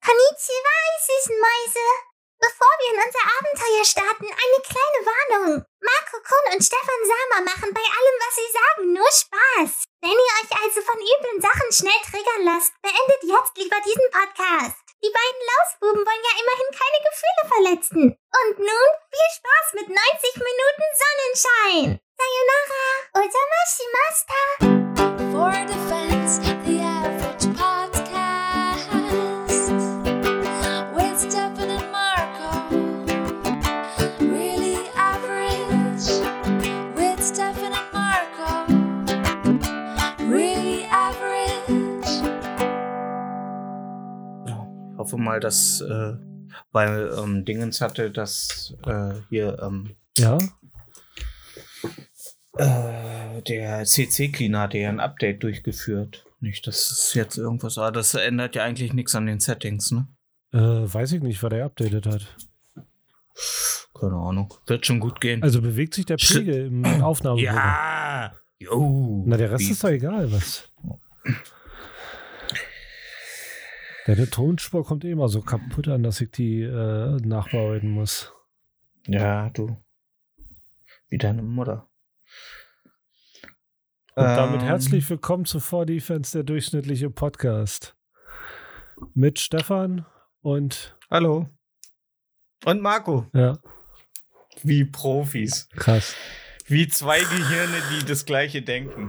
Konnichiwa, ihr süßen Mäuse. Bevor wir in unser Abenteuer starten, eine kleine Warnung. Marco Kun und Stefan Sama machen bei allem, was sie sagen, nur Spaß. Wenn ihr euch also von üblen Sachen schnell triggern lasst, beendet jetzt lieber diesen Podcast. Die beiden Lausbuben wollen ja immerhin keine Gefühle verletzen. Und nun viel Spaß mit 90 Minuten Sonnenschein. Sayonara, ozamashimasu. For Defense, the average podcast with Stefan and Marco. Really average with Stefan and Marco. Really average. Ja, ich hoffe mal, dass weil Dingens hatte, dass hier Ja? der CC-Cleaner hatte ja ein Update durchgeführt. Nicht, dass es jetzt irgendwas, aber das ändert ja eigentlich nichts an den Settings, ne? Weiß ich nicht, was er updated hat. Keine Ahnung. Wird schon gut gehen. Also bewegt sich der Pegel im Aufnahmeprogramm. Ja! Jo! Na, der Rest ist doch egal, was. Deine Tonspur kommt immer so kaputt an, dass ich die nachbearbeiten muss. Ja, du. Wie deine Mutter. Und damit herzlich willkommen zu 4Defense, der durchschnittliche Podcast. Mit Stefan und... Hallo. Und Marco. Ja, Wie Profis. krass. Wie zwei Gehirne, die das Gleiche denken.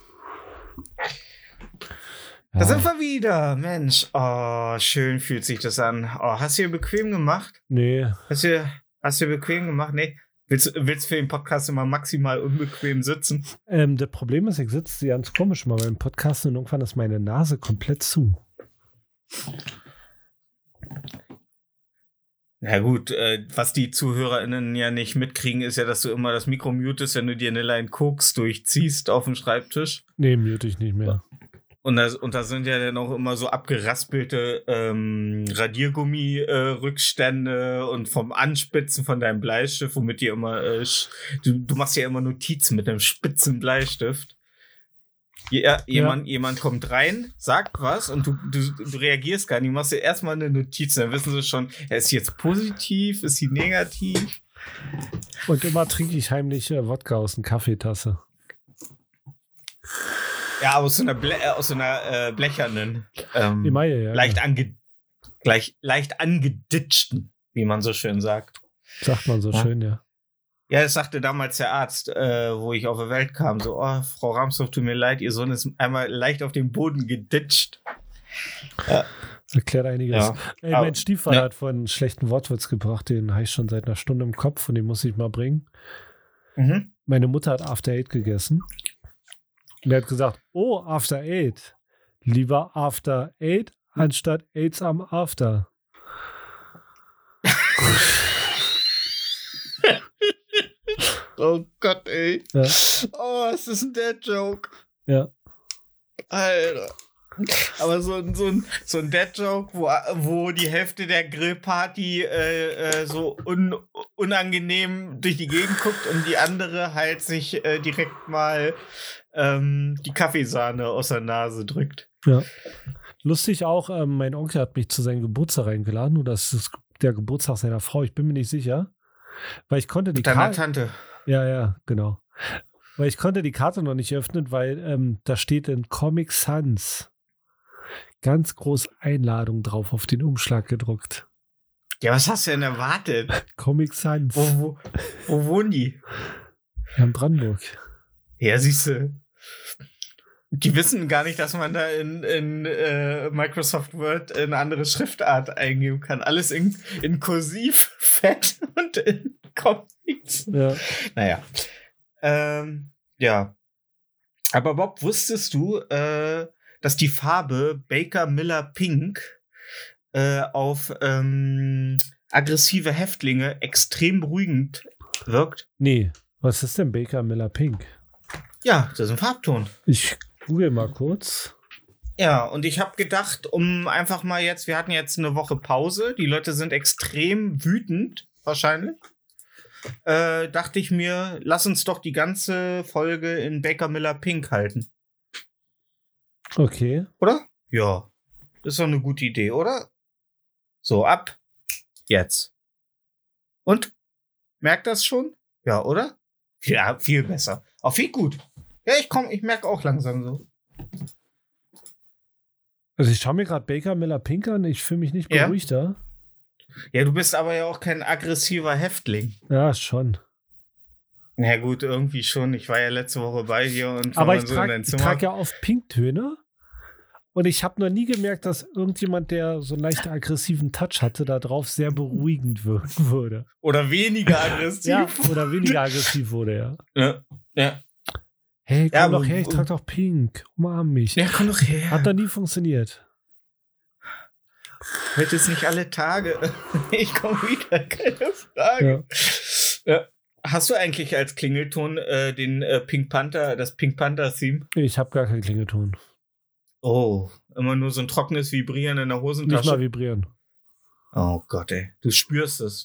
Da sind wir wieder. Mensch. Oh, schön fühlt sich das an. Oh, hast du dir bequem gemacht? Nee, Hast du dir bequem gemacht? Nee. Willst für den Podcast immer maximal unbequem sitzen? das Problem ist, ich sitze ganz komisch mal beim Podcast und irgendwann ist meine Nase komplett zu. Na gut, was die ZuhörerInnen ja nicht mitkriegen, ist ja, dass du immer das Mikro mutest, wenn du dir eine Line Koks durchziehst auf dem Schreibtisch. Nee, mute ich nicht mehr. Und da sind ja dann auch immer so abgeraspelte Radiergummi-Rückstände und vom Anspitzen von deinem Bleistift, womit dir immer, du machst ja immer Notizen mit einem spitzen Bleistift. Jemand kommt rein, sagt was und du reagierst gar nicht, du machst dir erstmal eine Notiz, dann wissen sie schon, ist sie jetzt positiv, ist sie negativ? Und immer trinke ich heimlich Wodka aus einer Kaffeetasse. Ja, aus so einer blechernen, Die Maie, ja. leicht angeditschten, wie man so schön sagt. Sagt man so Ja. schön, ja. Ja, das sagte damals der Arzt, wo ich auf die Welt kam. So, oh, Frau Ramsdorf, tut mir leid, Ihr Sohn ist einmal leicht auf den Boden geditscht. Ja. Das erklärt einiges. Ja. Ey, mein Stiefvater hat vorhin einen schlechten Wortwitz gebracht, den habe ich schon seit einer Stunde im Kopf und den muss ich mal bringen. Mhm. Meine Mutter hat After Eight gegessen. Und er hat gesagt, oh, After Eight. Lieber After Eight anstatt AIDS am After. Oh Gott, ey. Ja. Oh, es ist ein Dad-Joke. Ja. Alter. Aber so ein Dad-Joke, wo die Hälfte der Grillparty so unangenehm durch die Gegend guckt und die andere halt sich direkt mal die Kaffeesahne aus der Nase drückt. Ja. Lustig auch, mein Onkel hat mich zu seinem Geburtstag eingeladen, oder das ist der Geburtstag seiner Frau, ich bin mir nicht sicher. Weil ich konnte die Mit deiner Karte. Tante. Ja, genau. Weil ich konnte die Karte noch nicht öffnen, weil da steht in Comic Sans ganz groß Einladung drauf auf den Umschlag gedruckt. Ja, was hast du denn erwartet? Comic Sans. Wo wohnen die? Ja, in Brandenburg. Ja, siehst du. Die wissen gar nicht, dass man da in Microsoft Word eine andere Schriftart eingeben kann. Alles in Kursiv, Fett und in Comics. Ja. Naja. Ja. Aber Bob, wusstest du, dass die Farbe Baker Miller Pink auf aggressive Häftlinge extrem beruhigend wirkt? Nee, was ist denn Baker Miller Pink? Ja, das ist ein Farbton. Ich google mal kurz. Ja, und ich habe gedacht, um einfach mal jetzt, wir hatten jetzt eine Woche Pause, die Leute sind extrem wütend, wahrscheinlich. Dachte ich mir, lass uns doch die ganze Folge in Baker Miller Pink halten. Okay. Oder? Ja. Das ist doch eine gute Idee, oder? So, ab jetzt. Und? Merkt das schon? Ja, oder? Ja, viel besser. Auch viel gut. Ja, ich merke auch langsam so. Also ich schaue mir gerade Baker Miller Pink an, ich fühle mich nicht beruhigter. Ja, du bist aber ja auch kein aggressiver Häftling. Ja, schon. Na gut, irgendwie schon. Ich war ja letzte Woche bei dir und aber ich trage ja oft Pinktöne und ich habe noch nie gemerkt, dass irgendjemand, der so einen leicht aggressiven Touch hatte, da drauf sehr beruhigend wirken würde. Oder weniger aggressiv. Ja, oder weniger aggressiv wurde, Ja. Hey, komm doch her, ich trage doch Pink. Umarm mich. Ja, komm doch her. Hat doch nie funktioniert. Heute ist nicht alle Tage. Ich komme wieder, keine Frage. Ja. Hast du eigentlich als Klingelton den Pink Panther, das Pink Panther Theme? Ich habe gar keinen Klingelton. Oh, immer nur so ein trockenes Vibrieren in der Hosentasche. Nicht mal vibrieren. Oh Gott, ey. Du spürst es.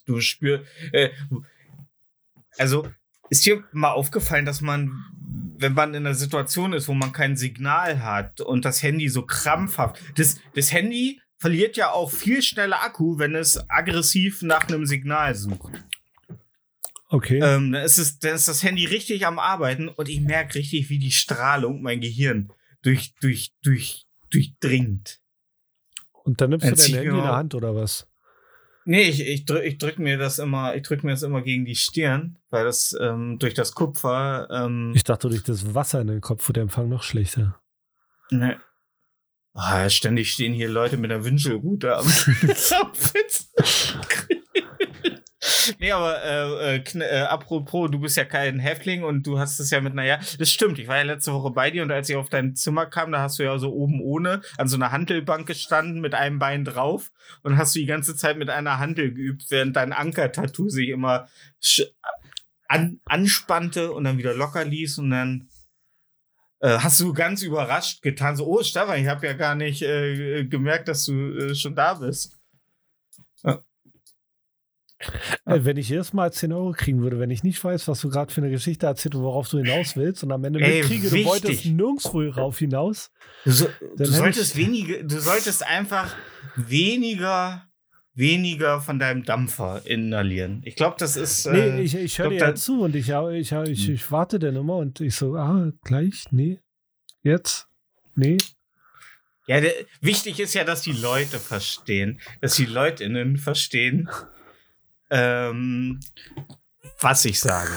Also, ist dir mal aufgefallen, dass man, wenn man in einer Situation ist, wo man kein Signal hat und das Handy so krampfhaft, das Handy verliert ja auch viel schneller Akku, wenn es aggressiv nach einem Signal sucht. Okay. Dann ist das Handy richtig am Arbeiten und ich merke richtig, wie die Strahlung mein Gehirn durchdringt. Und dann nimmst du dein Handy in der Hand oder was? Nee, ich drück mir das immer gegen die Stirn, weil das durch das Kupfer. Ich dachte durch das Wasser in den Kopf wird der Empfang noch schlechter. Ne. Ständig stehen hier Leute mit einer Wünschelrute am Zapfenz. Nee, aber apropos, du bist ja kein Häftling und du hast es ja mit das stimmt, ich war ja letzte Woche bei dir und als ich auf dein Zimmer kam, da hast du ja so oben ohne an so einer Hantelbank gestanden mit einem Bein drauf und hast du die ganze Zeit mit einer Hantel geübt, während dein Anker-Tattoo sich immer anspannte und dann wieder locker ließ und dann hast du ganz überrascht getan, so, oh Stefan, ich habe ja gar nicht gemerkt, dass du schon da bist. Ja. Wenn ich jedes Mal 10 Euro kriegen würde, wenn ich nicht weiß, was du gerade für eine Geschichte erzählt und worauf du hinaus willst und am Ende mitkriege, du wolltest nirgendwo rauf hinaus. Du solltest einfach weniger von deinem Dampfer inhalieren. Ich glaube, das ist... nee, ich höre dir ja zu und ich warte dann immer und ich so, gleich, nee, jetzt, nee. Ja, wichtig ist ja, dass die Leute verstehen, dass die LeutInnen verstehen, was ich sage.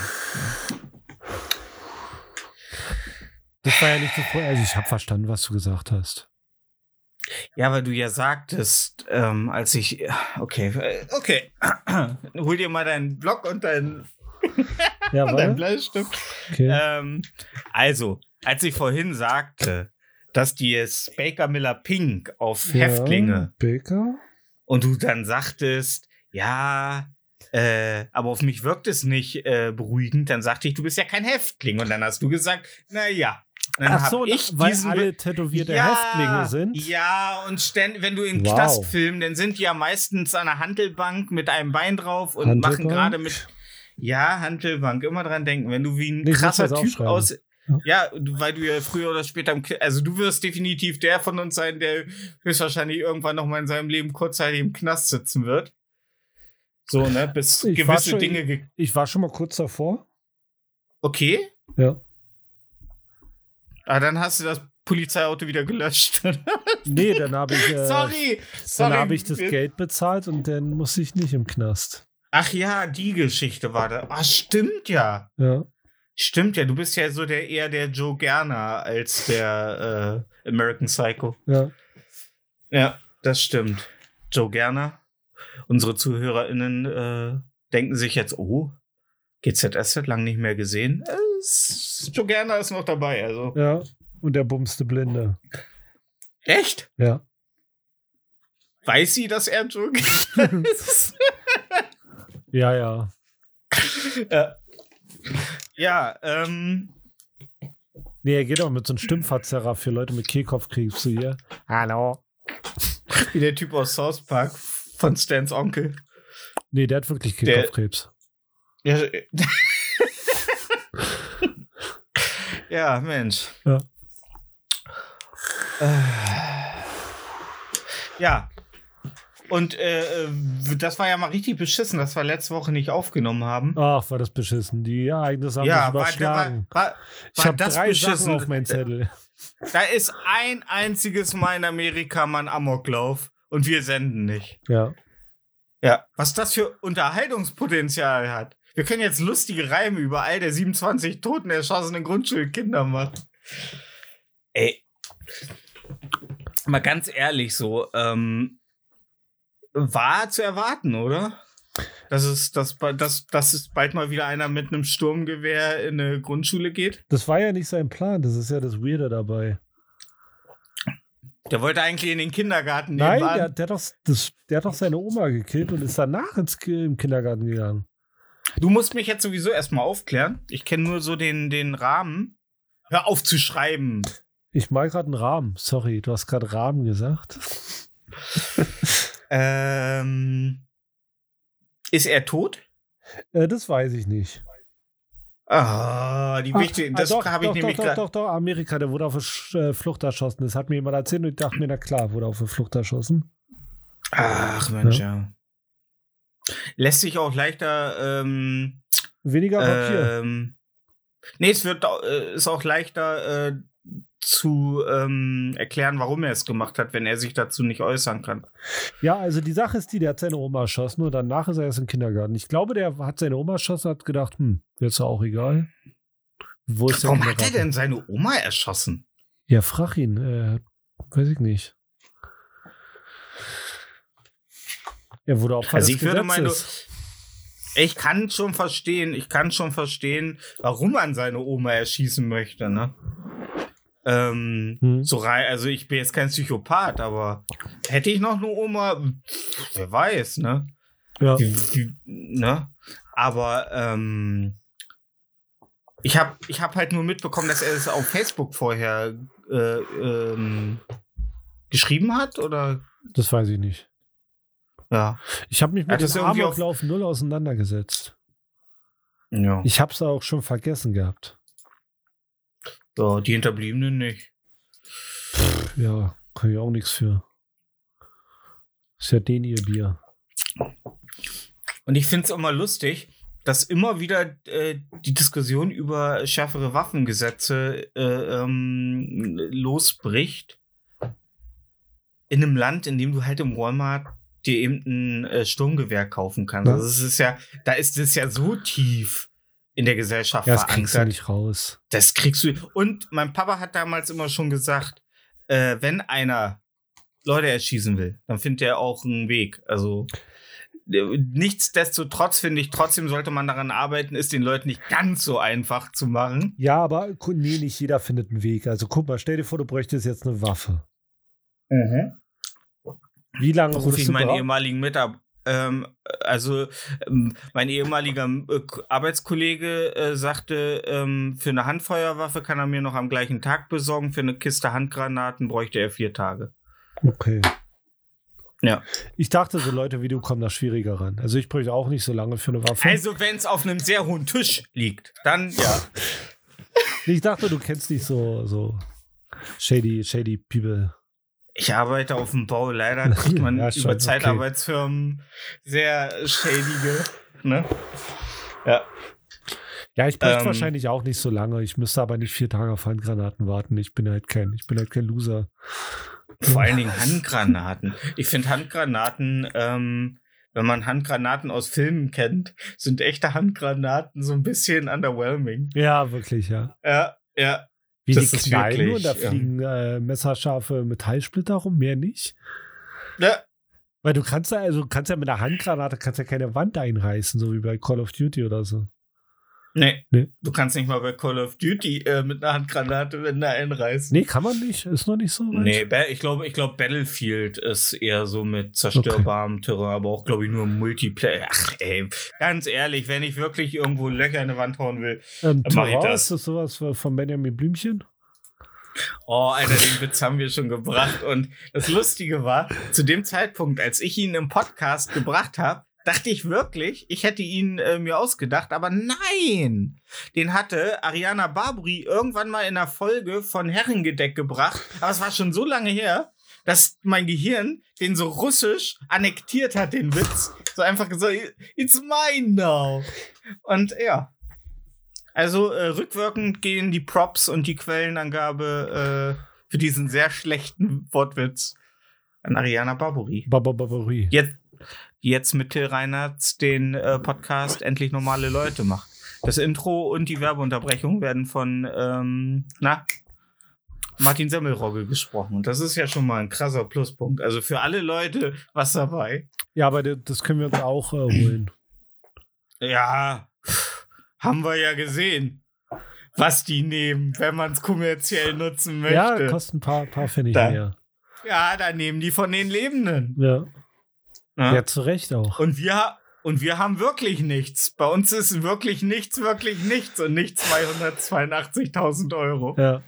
Das war ja nicht so vorher. Also ich habe verstanden, was du gesagt hast. Ja, weil du ja sagtest, als ich... Okay. Hol dir mal deinen Block und dein Bleistift. Okay. Also, als ich vorhin sagte, dass die Baker Miller Pink auf Häftlinge... Baker? Und du dann sagtest, ja... aber auf mich wirkt es nicht beruhigend. Dann sagte ich, du bist ja kein Häftling. Und dann hast du gesagt, naja. Ach so, weil alle tätowierte Häftlinge sind? Ja, und wenn du in Knast filmst, dann sind die ja meistens an einer Hantelbank mit einem Bein drauf und machen gerade mit... Ja, Hantelbank, immer dran denken. Wenn du wie ein krasser Typ aus... Ja, weil du ja früher oder später also du wirst definitiv der von uns sein, der höchstwahrscheinlich irgendwann noch mal in seinem Leben kurzzeitig im Knast sitzen wird. So, ne, bis gewisse Dinge... Ich war schon mal kurz davor. Okay. Ja. Dann hast du das Polizeiauto wieder gelöscht. Nee, dann habe ich... Sorry. Dann habe ich das Geld bezahlt und dann musste ich nicht im Knast. Ach ja, die Geschichte war da. Ach, stimmt ja. Ja. Stimmt ja, du bist ja so eher der Joe Gerner als der American Psycho. Ja. Ja, das stimmt. Joe Gerner. Unsere ZuhörerInnen denken sich jetzt, oh, GZS hat lange nicht mehr gesehen. Joe Gerner ist noch dabei, also. Ja, und der bumste Blinde. Echt? Ja. Weiß sie, dass er Joe Gerner ist? Ja. Ja, Nee, er geht auch mit so einem Stimmverzerrer für Leute mit Kehlkopfkrebs zu ihr. Hallo. Wie der Typ aus South Park von Stans Onkel. Nee, der hat wirklich Kehlkopfkrebs. Ja. Ja, Mensch. Ja. Ja. Und das war ja mal richtig beschissen, dass wir letzte Woche nicht aufgenommen haben. Ach, war das beschissen. Die Ereignisse haben sich überschlagen. Ich habe 3 Sachen auf meinem Zettel. Da ist ein einziges Mal in Amerika mal ein Amoklauf und wir senden nicht. Ja. Ja, was das für Unterhaltungspotenzial hat. Wir können jetzt lustige Reime über all der 27 toten erschossenen Grundschulkinder machen. Ey, mal ganz ehrlich so, war zu erwarten, oder? Dass es bald mal wieder einer mit einem Sturmgewehr in eine Grundschule geht? Das war ja nicht sein Plan, das ist ja das Weirde dabei. Der wollte eigentlich in den Kindergarten Nein, nebenan. der hat doch seine Oma gekillt und ist danach im Kindergarten gegangen. Du musst mich jetzt sowieso erstmal aufklären. Ich kenne nur so den Rahmen. Hör auf zu schreiben. Ich mal gerade einen Rahmen. Sorry, du hast gerade Rahmen gesagt. Ist er tot? Das weiß ich nicht. Ah, die wichtige. Das habe ich nämlich gerade. Doch, Amerika, der wurde auf der Flucht erschossen. Das hat mir jemand erzählt und ich dachte mir, na klar, wurde auf der Flucht erschossen. Ach, Mensch, ja. Lässt sich auch leichter. Weniger Papier. Nee, ist auch leichter zu erklären, warum er es gemacht hat, wenn er sich dazu nicht äußern kann. Ja, also die Sache ist der hat seine Oma erschossen und danach ist er erst im Kindergarten. Ich glaube, der hat seine Oma erschossen und hat gedacht, jetzt auch egal. Warum hat er denn seine Oma erschossen? Ja, frag ihn. Weiß ich nicht. Er wurde Opfer des Gesetzes. Ich kann schon verstehen, warum man seine Oma erschießen möchte, ne? So rein, also ich bin jetzt kein Psychopath, aber hätte ich noch eine Oma, wer weiß, ne? Ja. Ne? Aber ich hab halt nur mitbekommen, dass er es auf Facebook vorher geschrieben hat, oder? Das weiß ich nicht. Ja. Ich habe mich mit dem Amoklauf 0 auseinandergesetzt. Ja. Ich habe es auch schon vergessen gehabt. Ja, die Hinterbliebenen nicht. Ja, kann ich auch nichts für. Ist ja ihr Bier. Und ich finde es immer lustig, dass immer wieder die Diskussion über schärfere Waffengesetze losbricht. In einem Land, in dem du halt im Walmart dir eben ein Sturmgewehr kaufen kannst. Ja. Also es ist ja, da ist es ja so tief in der Gesellschaft ja, das verankert. kriegst du nicht raus. Das kriegst du. Und mein Papa hat damals immer schon gesagt, wenn einer Leute erschießen will, dann findet er auch einen Weg. Also nichtsdestotrotz finde ich, trotzdem sollte man daran arbeiten, es den Leuten nicht ganz so einfach zu machen. Ja, aber nee, nicht jeder findet einen Weg. Also guck mal, stell dir vor, du bräuchtest jetzt eine Waffe. Mhm. Wie lange rufe ich meinen ehemaligen Mitarbeiter? Mein ehemaliger Arbeitskollege sagte, für eine Handfeuerwaffe kann er mir noch am gleichen Tag besorgen. Für eine Kiste Handgranaten bräuchte er 4 Tage. Okay. Ja. Ich dachte, so Leute wie du kommen da schwieriger ran. Also ich bräuchte auch nicht so lange für eine Waffe. Also wenn es auf einem sehr hohen Tisch liegt, dann ja. Ich dachte, du kennst nicht so shady people. Ich arbeite auf dem Bau. Leider kriegt man ja, über Zeitarbeitsfirmen sehr shadyge. Ne? Ja. Ja, ich bräuchte wahrscheinlich auch nicht so lange. Ich müsste aber nicht 4 Tage auf Handgranaten warten. Ich bin halt kein Loser. Vor allen Dingen Handgranaten. Ich finde Handgranaten, wenn man Handgranaten aus Filmen kennt, sind echte Handgranaten so ein bisschen underwhelming. Ja, wirklich, ja. Ja. Wie das die ist knallen wirklich, und da fliegen messerscharfe Metallsplitter rum, mehr nicht. Ja. Weil du kannst ja mit einer Handgranate keine Wand einreißen, so wie bei Call of Duty oder so. Nee. Du kannst nicht mal bei Call of Duty mit einer Handgranate Wände einreißen. Nee, kann man nicht. Ist noch nicht so weit. Nee, ich glaube Battlefield ist eher so mit zerstörbarem Terrain, aber auch, glaube ich, nur Multiplayer. Ach, ey, ganz ehrlich, wenn ich wirklich irgendwo Löcher in die Wand hauen will, dann mache ich das. Ist das sowas von Benjamin Blümchen? Oh, Alter, den Witz haben wir schon gebracht. Und das Lustige war, zu dem Zeitpunkt, als ich ihn im Podcast gebracht habe, dachte ich wirklich, ich hätte ihn mir ausgedacht, aber nein! Den hatte Ariana Barbary irgendwann mal in einer Folge von Herrengedeck gebracht, aber es war schon so lange her, dass mein Gehirn den so russisch annektiert hat, den Witz. So einfach gesagt, it's mine now. Und ja. Also rückwirkend gehen die Props und die Quellenangabe für diesen sehr schlechten Wortwitz an Ariana Barbouri. Barbouri. Jetzt mit Till Reinhardt den Podcast Endlich normale Leute macht. Das Intro und die Werbeunterbrechung werden von Martin Semmelrogge gesprochen. Und das ist ja schon mal ein krasser Pluspunkt. Also für alle Leute was dabei. Ja, aber das können wir uns auch holen. Ja, haben wir ja gesehen, was die nehmen, wenn man es kommerziell nutzen möchte. Ja, kosten ein paar Pfennig mehr. Ja, da nehmen die von den Lebenden. Ja. Ja, zu Recht auch. Und wir haben wirklich nichts. Bei uns ist wirklich nichts und nicht 282.000 Euro. Ja.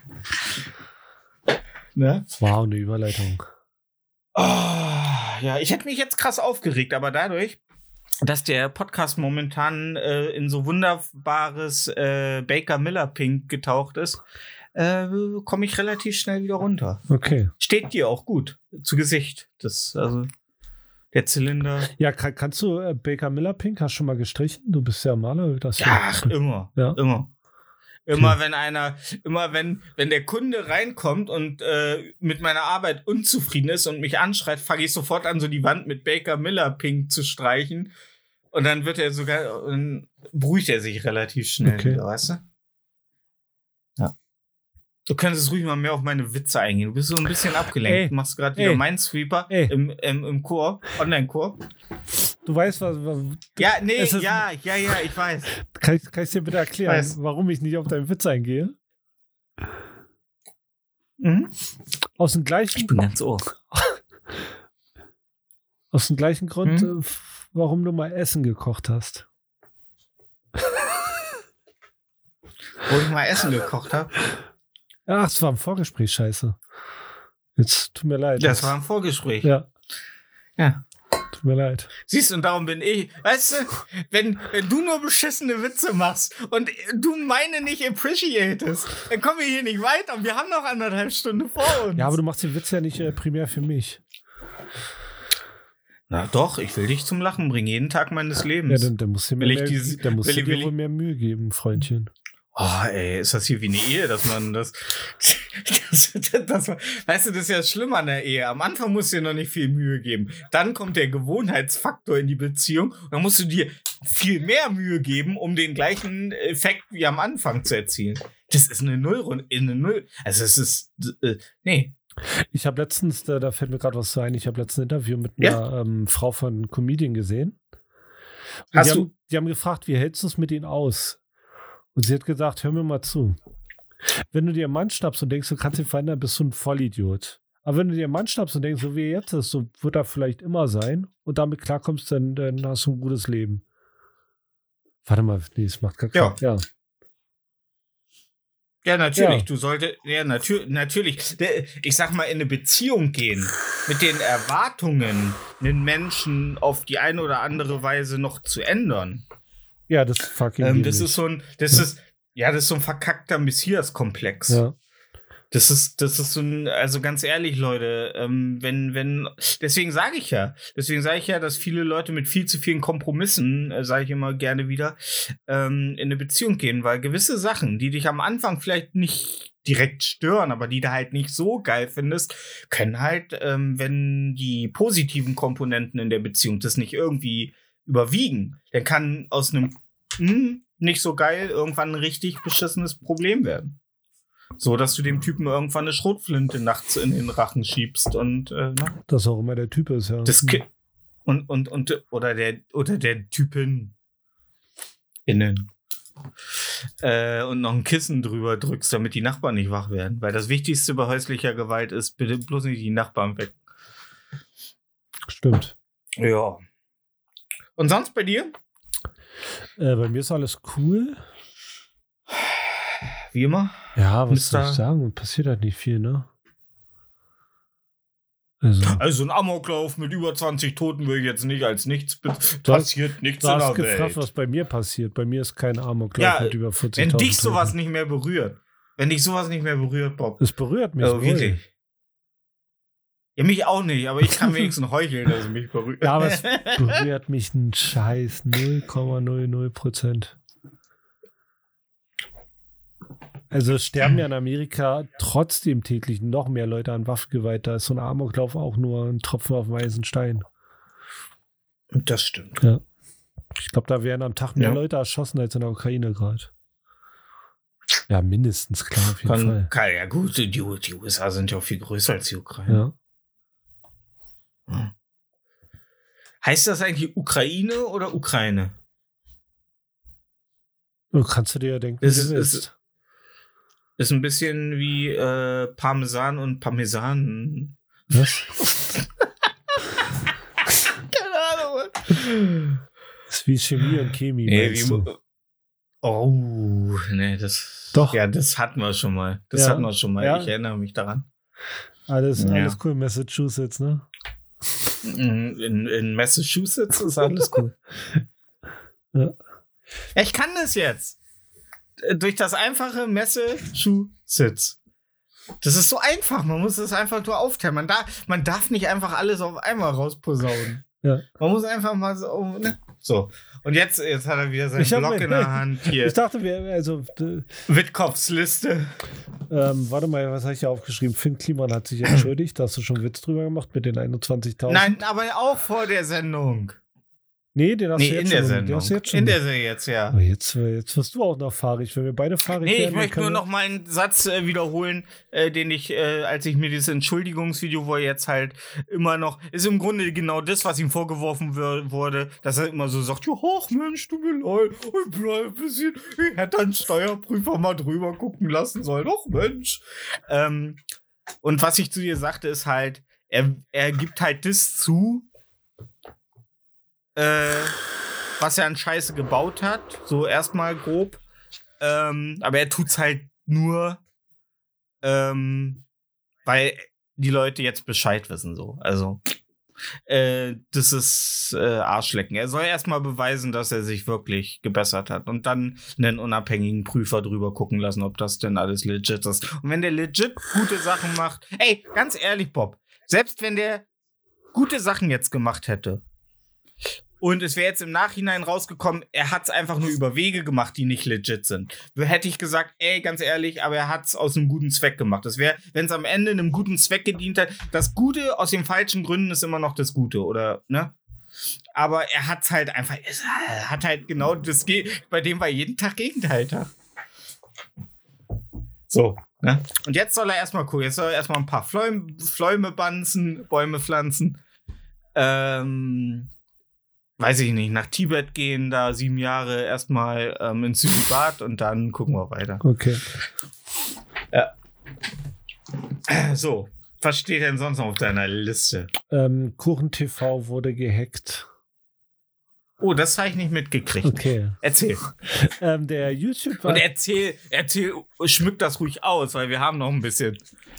Ne? Wow, eine Überleitung. Oh, ja, ich hätte mich jetzt krass aufgeregt, aber dadurch, dass der Podcast momentan in so wunderbares Baker Miller Pink getaucht ist, komme ich relativ schnell wieder runter. Okay. Steht dir auch gut zu Gesicht. Der Zylinder. Ja, kannst du Baker Miller Pink, hast du schon mal gestrichen? Du bist ja Maler. Immer. Ja. Immer wenn der Kunde reinkommt und mit meiner Arbeit unzufrieden ist und mich anschreit, fange ich sofort an, so die Wand mit Baker Miller Pink zu streichen. Und dann beruhigt er sich relativ schnell wieder, weißt du? Ja. Du könntest ruhig mal mehr auf meine Witze eingehen. Du bist so ein bisschen abgelenkt. Du machst gerade wieder Minesweeper im Koop, Online-Koop. Du weißt, was ja, ich weiß. Kann ich dir bitte erklären, warum ich nicht auf deinen Witz eingehe? Mhm. Aus dem gleichen... Ich bin ganz ohr. Aus dem gleichen Grund, warum du mal Essen gekocht hast. Wo ich mal Essen gekocht habe? Ach, es war im Vorgespräch, scheiße. Jetzt, tut mir leid. Das war im Vorgespräch. Ja. Ja. Tut mir leid. Siehst du, und darum bin ich, weißt du, wenn du nur beschissene Witze machst und du meine nicht appreciatest, dann kommen wir hier nicht weiter und wir haben noch 1,5 Stunden vor uns. Ja, aber du machst den Witz ja nicht primär für mich. Na doch, ich will dich zum Lachen bringen, jeden Tag meines Lebens. Ja, dann musst du dir wohl mehr Mühe geben, Freundchen. Oh, ey, ist das hier wie eine Ehe, dass man das weißt du, das ist ja schlimm an der Ehe. Am Anfang musst du dir noch nicht viel Mühe geben. Dann kommt der Gewohnheitsfaktor in die Beziehung und dann musst du dir viel mehr Mühe geben, um den gleichen Effekt wie am Anfang zu erzielen. Das ist eine Null. Also es ist, nee. Ich habe letztens, da fällt mir gerade was ein, ich habe letztens ein Interview mit einer Frau von einem Comedian gesehen. Die haben gefragt, wie hältst du es mit ihnen aus? Und sie hat gesagt, hör mir mal zu. Wenn du dir einen Mann schnappst und denkst, du kannst ihn verändern, bist du ein Vollidiot. Aber wenn du dir einen Mann schnappst und denkst, so wie er jetzt ist, so wird er vielleicht immer sein und damit klarkommst, dann hast du ein gutes Leben. Warte mal, nee, es macht gar keinen Sinn. Ja, natürlich. Du solltest, natürlich. Ich sag mal, in eine Beziehung gehen, mit den Erwartungen, einen Menschen auf die eine oder andere Weise noch zu ändern. Ja, das fucking das ist so ein verkackter Messias-Komplex. Ja. Das ist so ein, also ganz ehrlich, Leute, deswegen sage ich ja, dass viele Leute mit viel zu vielen Kompromissen, sage ich immer gerne wieder, in eine Beziehung gehen, weil gewisse Sachen, die dich am Anfang vielleicht nicht direkt stören, aber die du halt nicht so geil findest, können halt, wenn die positiven Komponenten in der Beziehung das nicht irgendwie überwiegen, dann kann aus einem nicht so geil irgendwann ein richtig beschissenes Problem werden. So, dass du dem Typen irgendwann eine Schrotflinte nachts in den Rachen schiebst und das auch immer der Typ ist, ja. Oder der Typin innen. Und noch ein Kissen drüber drückst, damit die Nachbarn nicht wach werden. Weil das Wichtigste bei häuslicher Gewalt ist, bitte bloß nicht die Nachbarn weg. Stimmt. Ja. Und sonst bei dir? Bei mir ist alles cool. Wie immer? Ja, was soll ich sagen? Passiert halt nicht viel, ne? Also ein Amoklauf mit über 20 Toten will ich jetzt nicht als nichts passiert nichts in der Welt. Du hast gefragt, was bei mir passiert. Bei mir ist kein Amoklauf mit über 40.000 Wenn dich sowas nicht mehr berührt. Bob. Es berührt mich. Also wirklich. Ja, mich auch nicht, aber ich kann wenigstens heucheln, dass es mich berührt. Ja, aber es berührt mich ein Scheiß 0,00%. Also es sterben ja in Amerika trotzdem täglich noch mehr Leute an Waffengewalt. Da ist so ein Amoklauf auch nur ein Tropfen auf dem heißen Stein. Das stimmt. Ja. Ich glaube, da werden am Tag mehr Leute erschossen als in der Ukraine gerade. Ja, mindestens, klar, auf jeden Fall. Ja gut, die USA sind ja auch viel größer als die Ukraine. Ja. Heißt das eigentlich Ukraine oder Ukraine? Kannst du dir ja denken, wie du willst. Ist ein bisschen wie Parmesan und Parmesan. Was? Keine Ahnung. Das ist wie Chemie und Chemie. Nee, das. Doch. Ja, das hatten wir schon mal. Ja. Ich erinnere mich daran. Alles cool, Massachusetts, ne? In Massachusetts ist alles cool. Ja, ich kann das jetzt. Durch das einfache Massachusetts. Das ist so einfach. Man muss es einfach nur aufteilen. Man darf nicht einfach alles auf einmal rausposaunen. Ja. Man muss einfach mal so. Ne? So. Und jetzt hat er wieder seinen Block in der Hand. Hier. Ich dachte, Wittkopfs Liste. Warte mal, was habe ich hier aufgeschrieben? Finn Kliman hat sich entschuldigt. Da hast du schon einen Witz drüber gemacht mit den 21.000. Nein, aber auch vor der Sendung. Nee, den hast du jetzt in schon. Der Sendung. In der Sendung jetzt, ja. Aber jetzt wirst du auch noch fahrig, wenn wir beide fahrig werden. Nee, ich möchte nur noch mal einen Satz wiederholen, den ich, als ich mir dieses Entschuldigungsvideo, wo er jetzt halt immer noch, ist im Grunde genau das, was ihm vorgeworfen wurde, dass er immer so sagt, ach Mensch, tut mir leid, ich bleib ein bisschen, ich hätte einen Steuerprüfer mal drüber gucken lassen sollen, ach Mensch. Und was ich zu dir sagte, ist halt, er gibt halt das zu, was er an Scheiße gebaut hat, so erstmal grob. Aber er tut's halt nur, weil die Leute jetzt Bescheid wissen, so. Also, das ist Arschlecken. Er soll erstmal beweisen, dass er sich wirklich gebessert hat und dann einen unabhängigen Prüfer drüber gucken lassen, ob das denn alles legit ist. Und wenn der legit gute Sachen macht, ey, ganz ehrlich, Bob, selbst wenn der gute Sachen jetzt gemacht hätte, und es wäre jetzt im Nachhinein rausgekommen, er hat es einfach nur über Wege gemacht, die nicht legit sind. Hätte ich gesagt, ey, ganz ehrlich, aber er hat es aus einem guten Zweck gemacht. Das wäre, wenn es am Ende einem guten Zweck gedient hat, das Gute aus den falschen Gründen ist immer noch das Gute, oder, ne? Aber er hat es halt einfach, er hat halt genau das, bei dem war jeden Tag Gegenteiltag. So, ne? Und jetzt soll er erstmal gucken, jetzt soll er erstmal ein paar Pfläume banzen, Bäume pflanzen, weiß ich nicht, nach Tibet gehen, da 7 Jahre erstmal ins Südbad und dann gucken wir weiter. Okay. Ja. So, was steht denn sonst noch auf deiner Liste? Kuchen TV wurde gehackt. Oh, das habe ich nicht mitgekriegt. Okay. Erzähl. Der YouTuber. Und erzähl, schmück das ruhig aus, weil wir haben noch ein bisschen.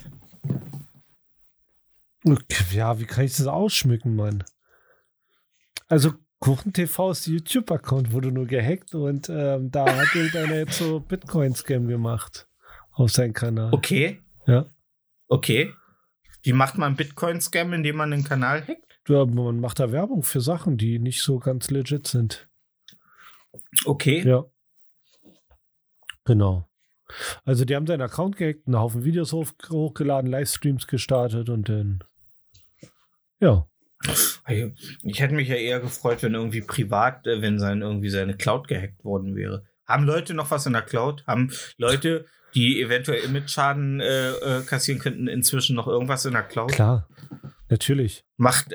Okay, ja, wie kann ich das ausschmücken, Mann? Also, Kuchen TV ist YouTube-Account, wurde nur gehackt und da hat irgendeiner jetzt so Bitcoin-Scam gemacht auf seinen Kanal. Okay. Ja. Okay. Wie macht man Bitcoin-Scam, indem man den Kanal hackt? Ja, man macht da Werbung für Sachen, die nicht so ganz legit sind. Okay. Ja. Genau. Also die haben seinen Account gehackt, einen Haufen Videos hochgeladen, Livestreams gestartet und dann ja. Ich hätte mich ja eher gefreut, wenn irgendwie privat, wenn seine Cloud gehackt worden wäre. Haben Leute noch was in der Cloud? Haben Leute, die eventuell Image-Schaden kassieren könnten, inzwischen noch irgendwas in der Cloud? Klar, natürlich. Macht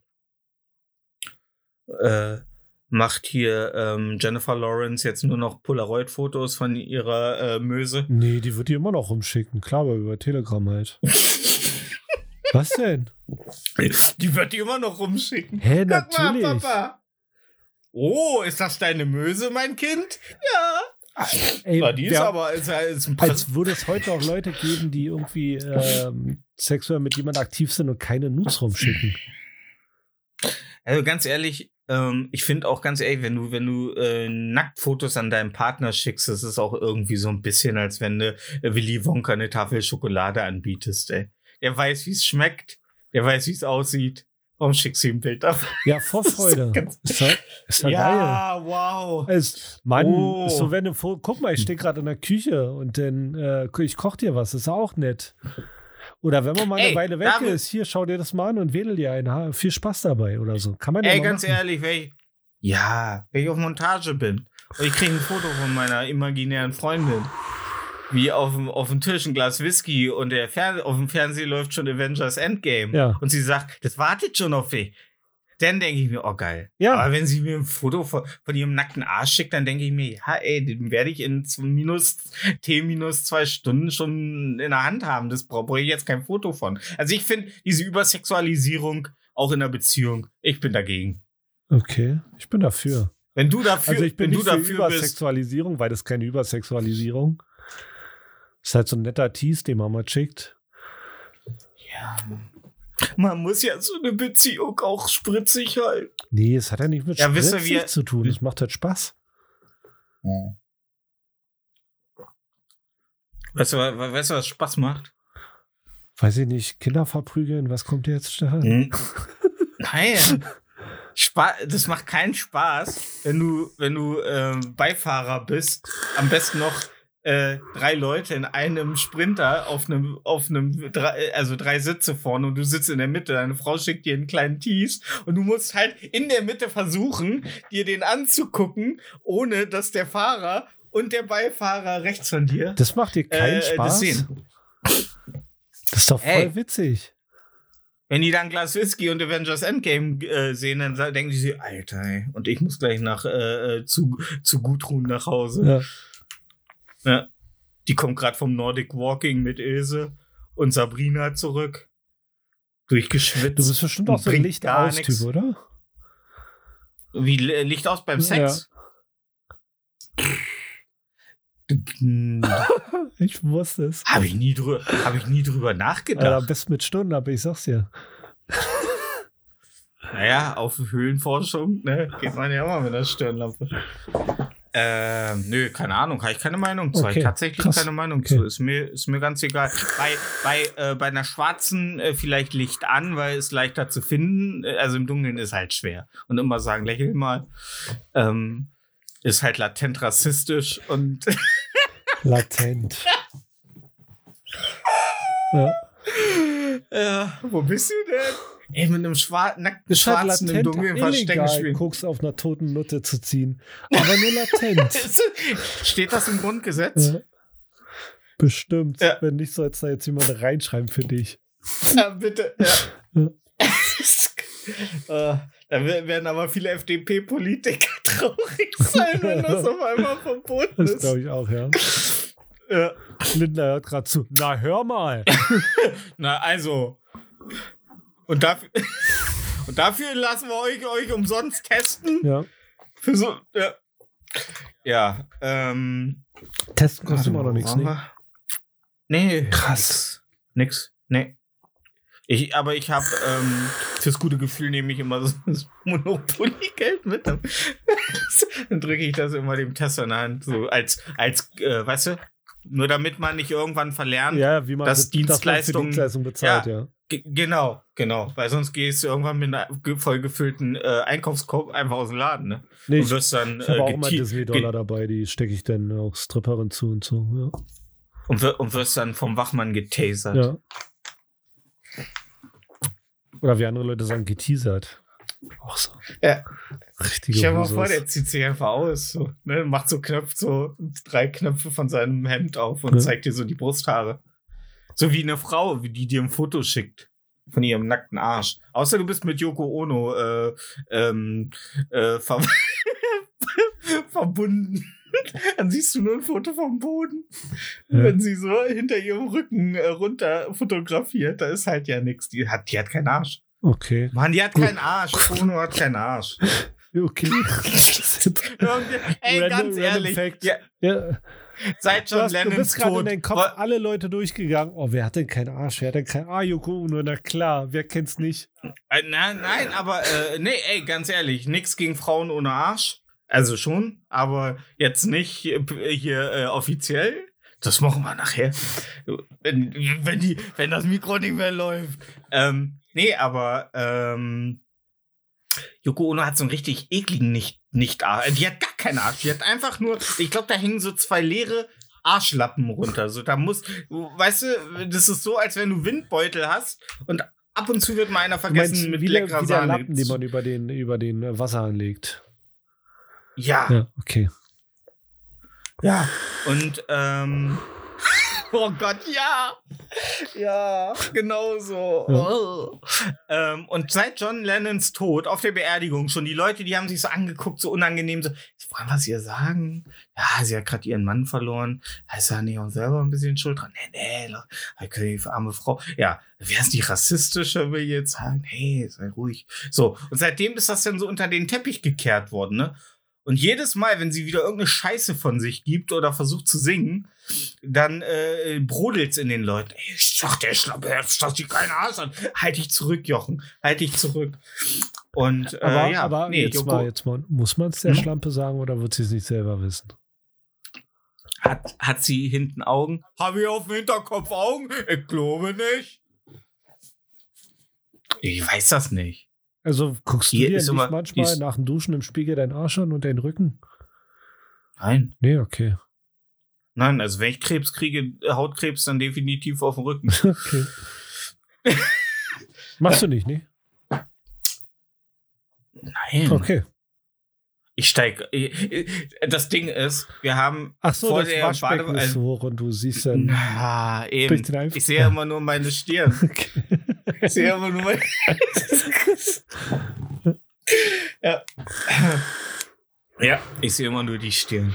hier Jennifer Lawrence jetzt nur noch Polaroid-Fotos von ihrer Möse? Nee, die wird die immer noch rumschicken. Klar, aber über Telegram halt. Was denn? Die wird die immer noch rumschicken. Hä, natürlich. Guck mal, Papa. Oh, ist das deine Möse, mein Kind? Ja. Ey, die ist aber ist ein als würde es heute auch Leute geben, die irgendwie sexuell mit jemandem aktiv sind und keine Nudes rumschicken. Also ganz ehrlich, ich finde auch ganz ehrlich, wenn du Nacktfotos an deinem Partner schickst, das ist auch irgendwie so ein bisschen, als wenn du Willy Wonka eine Tafel Schokolade anbietest, ey. Er weiß, wie es schmeckt. Der weiß, wie es aussieht. Warum schickst du ihm ein Bild davon? Ja, Vorfreude. Ist ja geil. Ja, wow. Mann, ist so, wenn du guck mal, ich stehe gerade in der Küche und dann ich koche dir was, ist auch nett. Oder wenn man mal eine Weile weg ist, hier, schau dir das mal an und wähle dir einen. Viel Spaß dabei oder so. Kann man ja mal ganz machen. ehrlich, wenn ich auf Montage bin und ich kriege ein Foto von meiner imaginären Freundin, wie auf dem Tisch ein Glas Whisky und auf dem Fernseher läuft schon Avengers Endgame. Ja. Und sie sagt, das wartet schon auf mich. Dann denke ich mir, oh geil. Ja. Aber wenn sie mir ein Foto von ihrem nackten Arsch schickt, dann denke ich mir, ja ey, den werde ich in T-2 Stunden schon in der Hand haben. Das brauche ich jetzt kein Foto von. Also ich finde diese Übersexualisierung auch in der Beziehung, ich bin dagegen. Okay, ich bin dafür. Wenn du dafür, also ich bin nicht für bist. Übersexualisierung, weil das ist keine Übersexualisierung. Ist halt so ein netter Tease, den man mal schickt. Ja. Man muss ja so eine Beziehung auch spritzig halten. Nee, es hat ja nicht mit spritzig zu tun. Es macht halt Spaß. Ja. Weißt du, was Spaß macht? Weiß ich nicht. Kinder verprügeln, was kommt jetzt da? Nein. Das macht keinen Spaß, wenn du Beifahrer bist. Am besten noch 3 Leute in einem Sprinter auf einem 3 Sitze vorne und du sitzt in der Mitte. Deine Frau schickt dir einen kleinen Tease und du musst halt in der Mitte versuchen, dir den anzugucken, ohne dass der Fahrer und der Beifahrer rechts von dir das macht dir keinen Spaß? das sehen. Das ist doch voll witzig. Wenn die dann Glas Whisky und Avengers Endgame sehen, dann denken die sich, Alter, ey, und ich muss gleich zu Gudrun nach Hause. Ja. Ja. Die kommt gerade vom Nordic Walking mit Ilse und Sabrina zurück. Durchgeschwitzt. Du bist bestimmt auch so ein Licht-aus-Typ, oder? Wie Licht aus beim Sex? Ja. Ich wusste es. Habe ich nie drüber nachgedacht. Am besten mit Stunden, aber ich sag's dir. Naja, auf Höhlenforschung, ne, geht man ja immer mit der Stirnlampe. Nö, keine Ahnung, habe ich keine Meinung zu. Okay, Tatsächlich krass. keine Meinung zu. Ist mir ganz egal. Bei einer schwarzen vielleicht Licht an, weil es leichter zu finden. Also im Dunkeln ist halt schwer. Und immer sagen, lächel mal. Ist halt latent rassistisch und Latent. Ja. Ja, wo bist du denn? Ey, mit einem nackten Schwarzen im Dunkeln Verstecken spielen. Koks auf einer toten Nutte zu ziehen. Aber nur latent. Steht das im Grundgesetz? Ja. Bestimmt. Ja. Wenn nicht, soll es da jetzt jemand reinschreiben für dich. Ja, bitte. Ja. Da werden aber viele FDP-Politiker traurig sein, wenn das auf einmal verboten ist. Das glaube ich auch, ja. Ja. Lindner hört gerade zu. Na, hör mal. Na, also. Und dafür lassen wir euch umsonst testen. Ja. Für so, ja. Testen kostet immer noch nichts, ne? Nee. Krass. Nix. Nee. Aber ich habe fürs gute Gefühl nehme ich immer so das Monopoly-Geld mit. Dann drücke ich das immer dem Tester in der Hand. So als weißt du, nur damit man nicht irgendwann verlernt, ja, wie man dass Dienstleistungen Dienstleistung bezahlt, ja. Genau. Weil sonst gehst du irgendwann mit einem vollgefüllten Einkaufskorb einfach aus dem Laden, ne? Nee, und wirst dann, ich habe auch immer Disney-Dollar dabei, die stecke ich dann auch Stripperin zu und so, ja. Und wirst dann vom Wachmann getasert. Ja. Oder wie andere Leute sagen, geteasert. Auch so. Ja. Richtige Stell dir mal Husos. vor, der zieht sich einfach aus. So, ne? Macht so 3 Knöpfe von seinem Hemd auf und zeigt dir so die Brusthaare. So wie eine Frau, wie die dir ein Foto schickt. Von ihrem nackten Arsch. Außer du bist mit Yoko Ono verbunden. Dann siehst du nur ein Foto vom Boden. Ja. Wenn sie so hinter ihrem Rücken runter fotografiert, da ist halt ja nichts. Die hat keinen Arsch. Okay. Mann, die hat keinen Arsch. Ono hat keinen Arsch. Okay. Ey, ganz ehrlich. Ja. Seit John Du Lennons bist gerade in Tod. deinen Kopf alle Leute durchgegangen. Oh, wer hat denn keinen Arsch? Wer hat denn keinen Arsch? Yoko Ono, na klar. Wer kennt's nicht? Nein, aber nee, ey, ganz ehrlich, nix gegen Frauen ohne Arsch. Also schon, aber jetzt nicht hier offiziell. Das machen wir nachher. Wenn das Mikro nicht mehr läuft. Nee, aber Yoko Ono hat so einen richtig ekligen Nicht-Arsch. Die hat gar keinen Arsch. Die hat einfach nur, ich glaube, da hängen so 2 leere Arschlappen runter. So, da weißt du, das ist so, als wenn du Windbeutel hast und ab und zu wird mal einer vergessen mit leckerer Sahne. Lappen, die man über den Wasserhahn legt. Ja. Okay. Ja. Und, oh Gott, ja. Ja, genau so. Ja. Oh. Und seit John Lennons Tod auf der Beerdigung schon, die Leute, die haben sich so angeguckt, so unangenehm, so, wollen wir es ihr sagen? Ja, sie hat gerade ihren Mann verloren. Ist ja nicht auch selber ein bisschen schuld dran? Nee, die arme Frau. Ja, wäre es nicht rassistisch, wenn wir jetzt sagen, hey, sei ruhig. So, und seitdem ist das dann so unter den Teppich gekehrt worden, ne? Und jedes Mal, wenn sie wieder irgendeine Scheiße von sich gibt oder versucht zu singen, dann brodelt's in den Leuten. Ey, ich sag der Schlampe, dass die keine Ahnung hat. Halt dich zurück, Jochen. Halt dich zurück. Und, aber nee, jetzt mal, muss man es der Schlampe sagen oder wird sie es nicht selber wissen? Hat sie hinten Augen? Habe ich auf dem Hinterkopf Augen? Ich glaube nicht. Ich weiß das nicht. Also guckst du dir nicht manchmal nach dem Duschen im Spiegel deinen Arsch an und deinen Rücken? Nein. Nee, okay. Nein, also wenn ich Krebs kriege, Hautkrebs, dann definitiv auf dem Rücken. Okay. Machst du nicht, ne? Nein. Okay. Ich steige. Das Ding ist, wir haben vor der Waschbecken ist so hoch und du siehst dann. Eben. Ich sehe immer nur meine Stirn. Okay. Ich sehe immer nur meine. Ja, ich sehe immer nur die Stirn.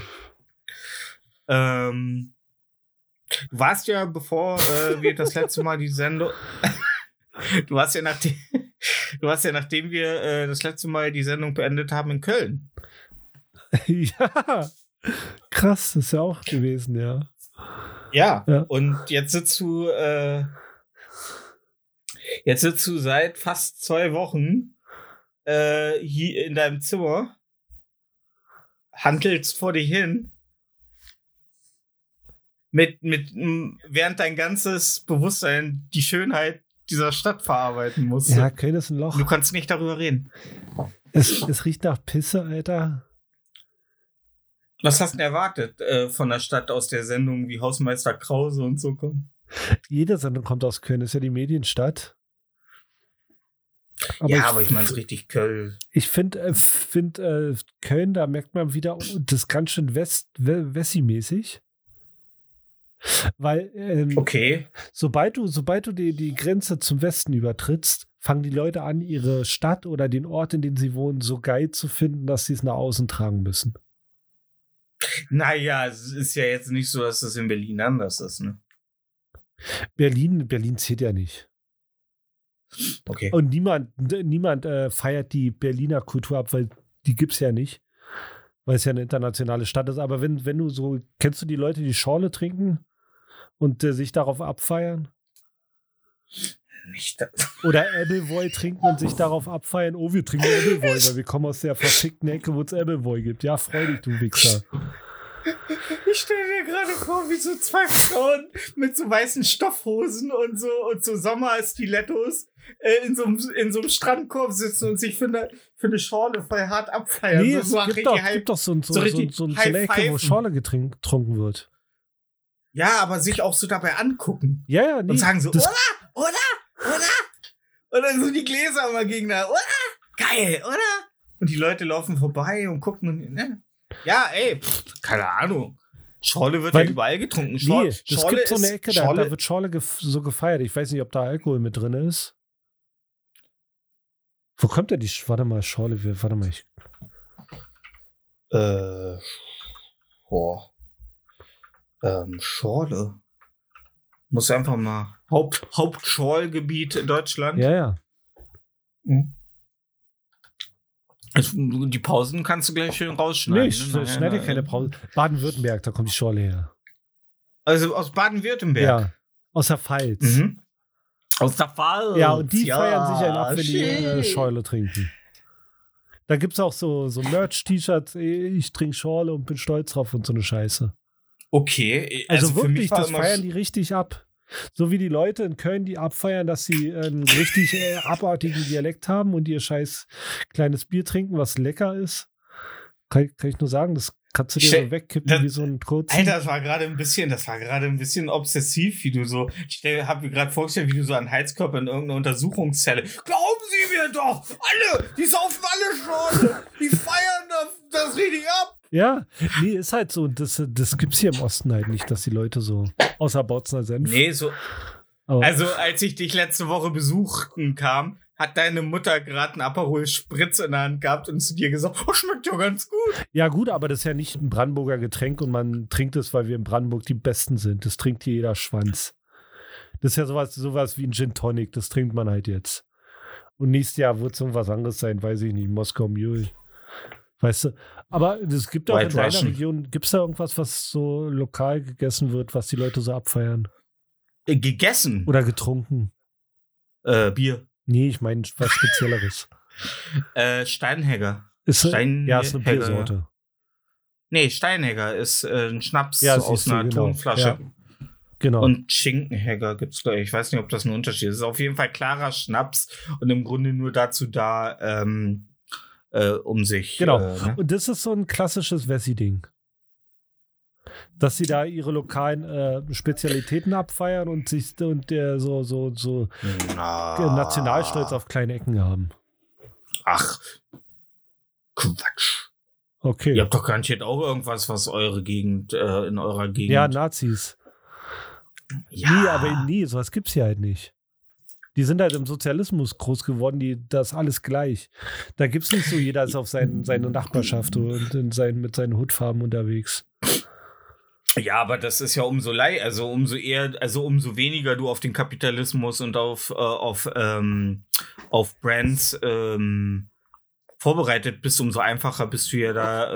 Du warst ja, bevor wir das letzte Mal die Sendung. Du warst ja nachdem wir das letzte Mal die Sendung beendet haben in Köln. Ja, krass, das ist ja auch gewesen, ja. Ja, und jetzt sitzt du seit fast 2 Wochen hier in deinem Zimmer, handelst vor dir hin, während dein ganzes Bewusstsein die Schönheit dieser Stadt verarbeiten muss. Ja, Köln ist ein Loch. Du kannst nicht darüber reden. Es riecht nach Pisse, Alter. Was hast du denn erwartet von der Stadt aus der Sendung wie Hausmeister Krause und so kommen? Jede Sendung kommt aus Köln, das ist ja die Medienstadt. Aber ich meine es richtig Köln. Ich finde Köln, da merkt man wieder, das ist ganz schön Wessi-mäßig. Weil okay. Sobald du die Grenze zum Westen übertrittst, fangen die Leute an, ihre Stadt oder den Ort, in dem sie wohnen, so geil zu finden, dass sie es nach außen tragen müssen. Naja, es ist ja jetzt nicht so, dass das in Berlin anders ist, ne? Berlin zählt ja nicht. Okay. Und niemand feiert die Berliner Kultur ab, weil die gibt's ja nicht. Weil es ja eine internationale Stadt ist. Aber wenn du so, kennst du die Leute, die Schorle trinken und sich darauf abfeiern? Nicht das. Oder Appleboy trinken und sich darauf abfeiern, oh, wir trinken Appleboy, weil wir kommen aus der verschickten Ecke, wo es Appleboy gibt. Ja, freu dich, du Wichser. Ich stelle mir gerade vor, wie so 2 Frauen mit so weißen Stoffhosen und so Sommerstilettos in so einem Strandkorb sitzen und sich für eine Schorle voll hart abfeiern. Nee, es gibt doch so eine Ecke, wo Schorle getrunken wird. Ja, aber sich auch so dabei angucken. Ja, nee. Und sagen so, oder? Und dann so die Gläser immer gegeneinander, oder? Geil, oder? Und die Leute laufen vorbei und gucken und, ne? Ja, ey, keine Ahnung. Schorle wird ja überall getrunken. Es gibt so eine Ecke, da wird Schorle so gefeiert. Ich weiß nicht, ob da Alkohol mit drin ist. Wo kommt denn warte mal, Schorle, Schorle. Muss einfach mal. Hauptschorlgebiet Deutschland. Ja. Mhm. Die Pausen kannst du gleich schön rausschneiden. Nee, ich schneide keine Pause. Baden-Württemberg, da kommt die Schorle her. Also aus Baden-Württemberg? Ja, aus der Pfalz. Mhm. Aus der Pfalz? Ja, und die feiern sich einen ab, wenn die Schorle trinken. Da gibt es auch so Merch-T-Shirts, ich trinke Schorle und bin stolz drauf und so eine Scheiße. Okay. Also für wirklich, mich war das immer feiern die richtig ab. So wie die Leute in Köln, die abfeiern, dass sie einen richtig abartigen Dialekt haben und ihr scheiß kleines Bier trinken, was lecker ist. Kann ich nur sagen, das kannst du dir so wegkippen wie so ein kurzen. Alter, das war gerade ein bisschen obsessiv, wie du so, ich habe mir gerade vorgestellt, wie du so einen Heizkörper in irgendeiner Untersuchungszelle. Glauben Sie mir doch, alle, die saufen alle schon, die feiern das richtig ab. Ja, nee, ist halt so. Das gibt's hier im Osten halt nicht, dass die Leute so, außer Bautzner Senf. Nee, so. Aber Also, als ich dich letzte Woche besuchen kam, hat deine Mutter gerade einen Aperol Spritz in der Hand gehabt und zu dir gesagt, oh, schmeckt ja ganz gut. ja gut, aber das ist ja nicht ein Brandenburger Getränk und man trinkt es, weil wir in Brandenburg die Besten sind. Das trinkt hier jeder Schwanz. Das ist ja sowas wie ein Gin Tonic, das trinkt man halt jetzt. Und nächstes Jahr wird es irgendwas anderes sein, weiß ich nicht, Moskau Mule. Weißt du, aber es gibt auch in deiner Region, gibt es da irgendwas, was so lokal gegessen wird, was die Leute so abfeiern? Gegessen? Oder getrunken? Bier. Nee, ich meine was Spezielleres. Steinhäger. Ja, ist eine Biersorte. Nee, Steinhäger ist ein Schnaps Ja, aus einer Tonflasche. Ja. Genau. Und Schinkenhäger gibt's gleich. Ich weiß nicht, ob das ein Unterschied ist. Es ist auf jeden Fall klarer Schnaps und im Grunde nur dazu da, um sich. Genau. Ne? Und das ist so ein klassisches Wessi-Ding. Dass sie da ihre lokalen Spezialitäten abfeiern und der so Nationalstolz auf kleinen Ecken haben. Ach, Quatsch. Okay. Ihr habt doch garantiert auch irgendwas, was eure Gegend, in eurer Gegend. Ja, Nazis. Ja. Nee, sowas gibt's hier halt nicht. Die sind halt im Sozialismus groß geworden, das alles gleich. Da gibt's nicht so, jeder ist auf seine Nachbarschaft und mit seinen Hutfarben unterwegs. Ja, aber das ist ja umso umso weniger du auf den Kapitalismus und auf Brands vorbereitet bist, umso einfacher bist du ja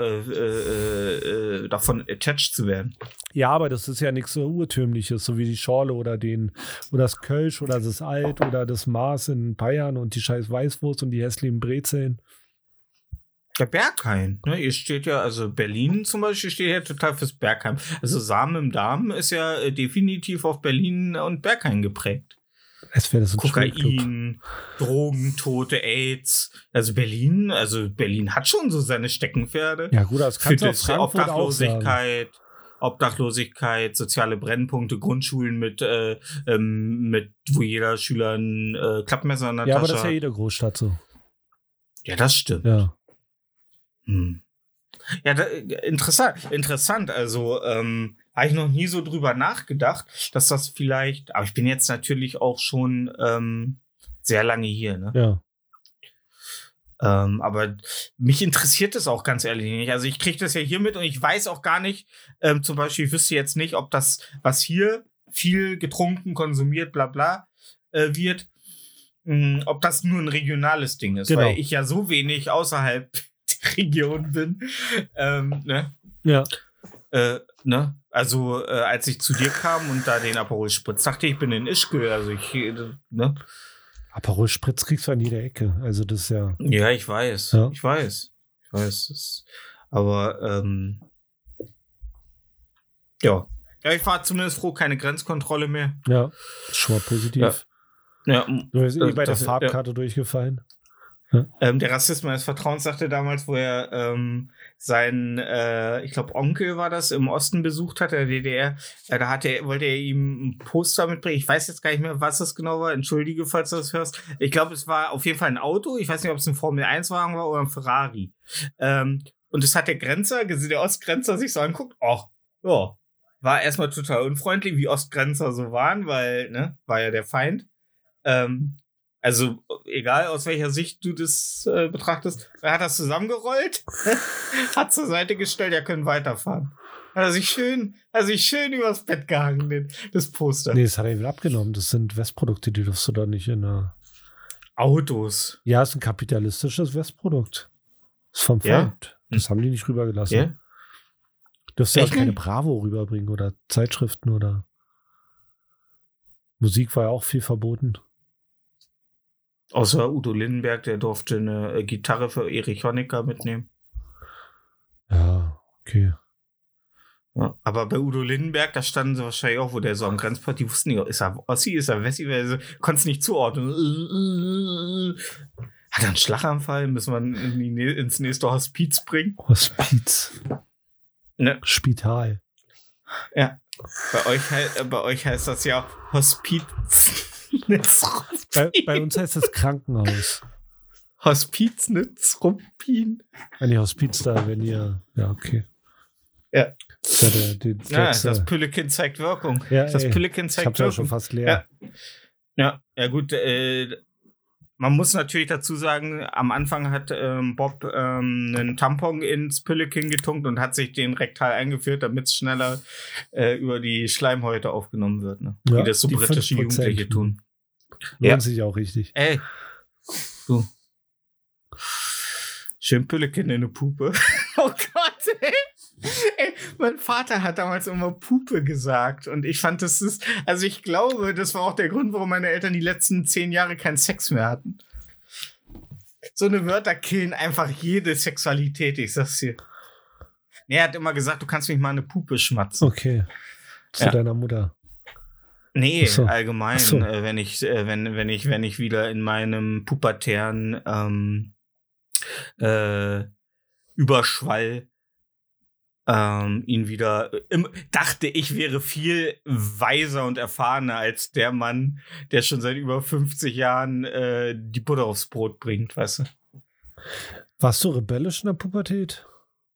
davon attached zu werden. Ja, aber das ist ja nichts so Urtümliches, so wie die Schorle oder das Kölsch oder das Alt oder das Maß in Bayern und die scheiß Weißwurst und die hässlichen Brezeln. Der Berghain, ne? Ihr steht ja, also Berlin zum Beispiel steht ja total fürs Berghain. Also Samen im Darm ist ja definitiv auf Berlin und Berghain geprägt. Es wäre das ein Kokain, Drogen, Tote, AIDS. Also Berlin hat schon so seine Steckenpferde. Ja gut, das kannst du auf Frankfurt Obdachlosigkeit, soziale Brennpunkte, Grundschulen mit wo jeder Schüler ein Klappmesser in der Tasche hat. Ja, aber das ist ja jede Großstadt so. Ja, das stimmt. Ja. Ja, interessant. Also, habe ich noch nie so drüber nachgedacht, dass das vielleicht, aber ich bin jetzt natürlich auch schon sehr lange hier, ne? Ja. Aber mich interessiert das auch ganz ehrlich nicht. Also ich kriege das ja hier mit und ich weiß auch gar nicht, zum Beispiel, ich wüsste jetzt nicht, ob das, was hier viel getrunken, konsumiert, bla bla, wird, ob das nur ein regionales Ding ist, genau. Weil ich ja so wenig außerhalb der Region bin. Ne? Ja. Ne? Also, als ich zu dir kam und da den Aperol Spritz, dachte ich bin in Ischgl, also ne? Aperol Spritz kriegst du an jeder Ecke, also das ist ja... Ja, ich weiß. Ja. Ich weiß. Aber, ja. Ja, ich war zumindest froh, keine Grenzkontrolle mehr. Ja, schon mal positiv. Ja. Du bist bei der Farbkarte durchgefallen. Der Rassist meines Vertrauens sagte damals, wo er seinen, ich glaube Onkel war das, im Osten besucht hat, der DDR, wollte er ihm ein Poster mitbringen. Ich weiß jetzt gar nicht mehr, was das genau war. Entschuldige, falls du das hörst. Ich glaube, es war auf jeden Fall ein Auto. Ich weiß nicht, ob es ein Formel-1-Wagen war oder ein Ferrari. Und das hat der Ostgrenzer sich so anguckt. Oh, ja. War erstmal total unfreundlich, wie Ostgrenzer so waren, weil, ne, war ja der Feind. Also, egal aus welcher Sicht du das betrachtest, er hat das zusammengerollt, hat zur Seite gestellt, er können weiterfahren. Hat er sich schön übers Bett gehangen, das Poster. Nee, das hat er eben abgenommen. Das sind Westprodukte, die darfst du da nicht in der... Autos. Ja, ist ein kapitalistisches Westprodukt. Ist vom Feind. Das haben die nicht rübergelassen. Ja? Dürfst du ja keine Bravo rüberbringen oder Zeitschriften oder... Musik war ja auch viel verboten. Außer Udo Lindenberg, der durfte eine Gitarre für Erich Honecker mitnehmen. Ja, okay. Ja, aber bei Udo Lindenberg, da standen sie wahrscheinlich auch, wo der so am Grenzpart, die wussten nicht, ist er Ossi, ist er Wessi, weil sie konnten es nicht zuordnen. Hat er einen Schlaganfall? Müssen wir ins nächste Hospiz bringen? Hospiz. Ne? Spital. Ja. Bei euch heißt das ja Hospiz. Bei uns heißt das Krankenhaus. Hospiznitz-Ruppin. Nee, Hospiz da, wenn ihr. Ja, okay. Ja. Das Püllekind zeigt Wirkung. Ja, das Püllekind zeigt Wirkung. Ja schon fast leer. Ja, gut. Man muss natürlich dazu sagen, am Anfang hat Bob einen Tampon ins Püllekind getunkt und hat sich den rektal eingeführt, damit es schneller über die Schleimhäute aufgenommen wird. Ne? Ja, wie das so britische 5%. Jugendliche tun. Lohnt sich auch richtig. Ey. Du. Schön Püllekind in eine Pupe. Oh Gott, ey. Ey, mein Vater hat damals immer Pupe gesagt und ich fand, ich glaube, das war auch der Grund, warum meine Eltern die letzten 10 Jahre keinen Sex mehr hatten. So eine Wörter killen einfach jede Sexualität, ich sag's dir. Er hat immer gesagt, du kannst mich mal eine Pupe schmatzen. Okay. Zu deiner Mutter. Nee, so. Allgemein, so. Wenn ich wieder in meinem pubertären Überschwall ihn wieder dachte, ich wäre viel weiser und erfahrener als der Mann, der schon seit über 50 Jahren die Butter aufs Brot bringt, weißt du? Warst du rebellisch in der Pubertät?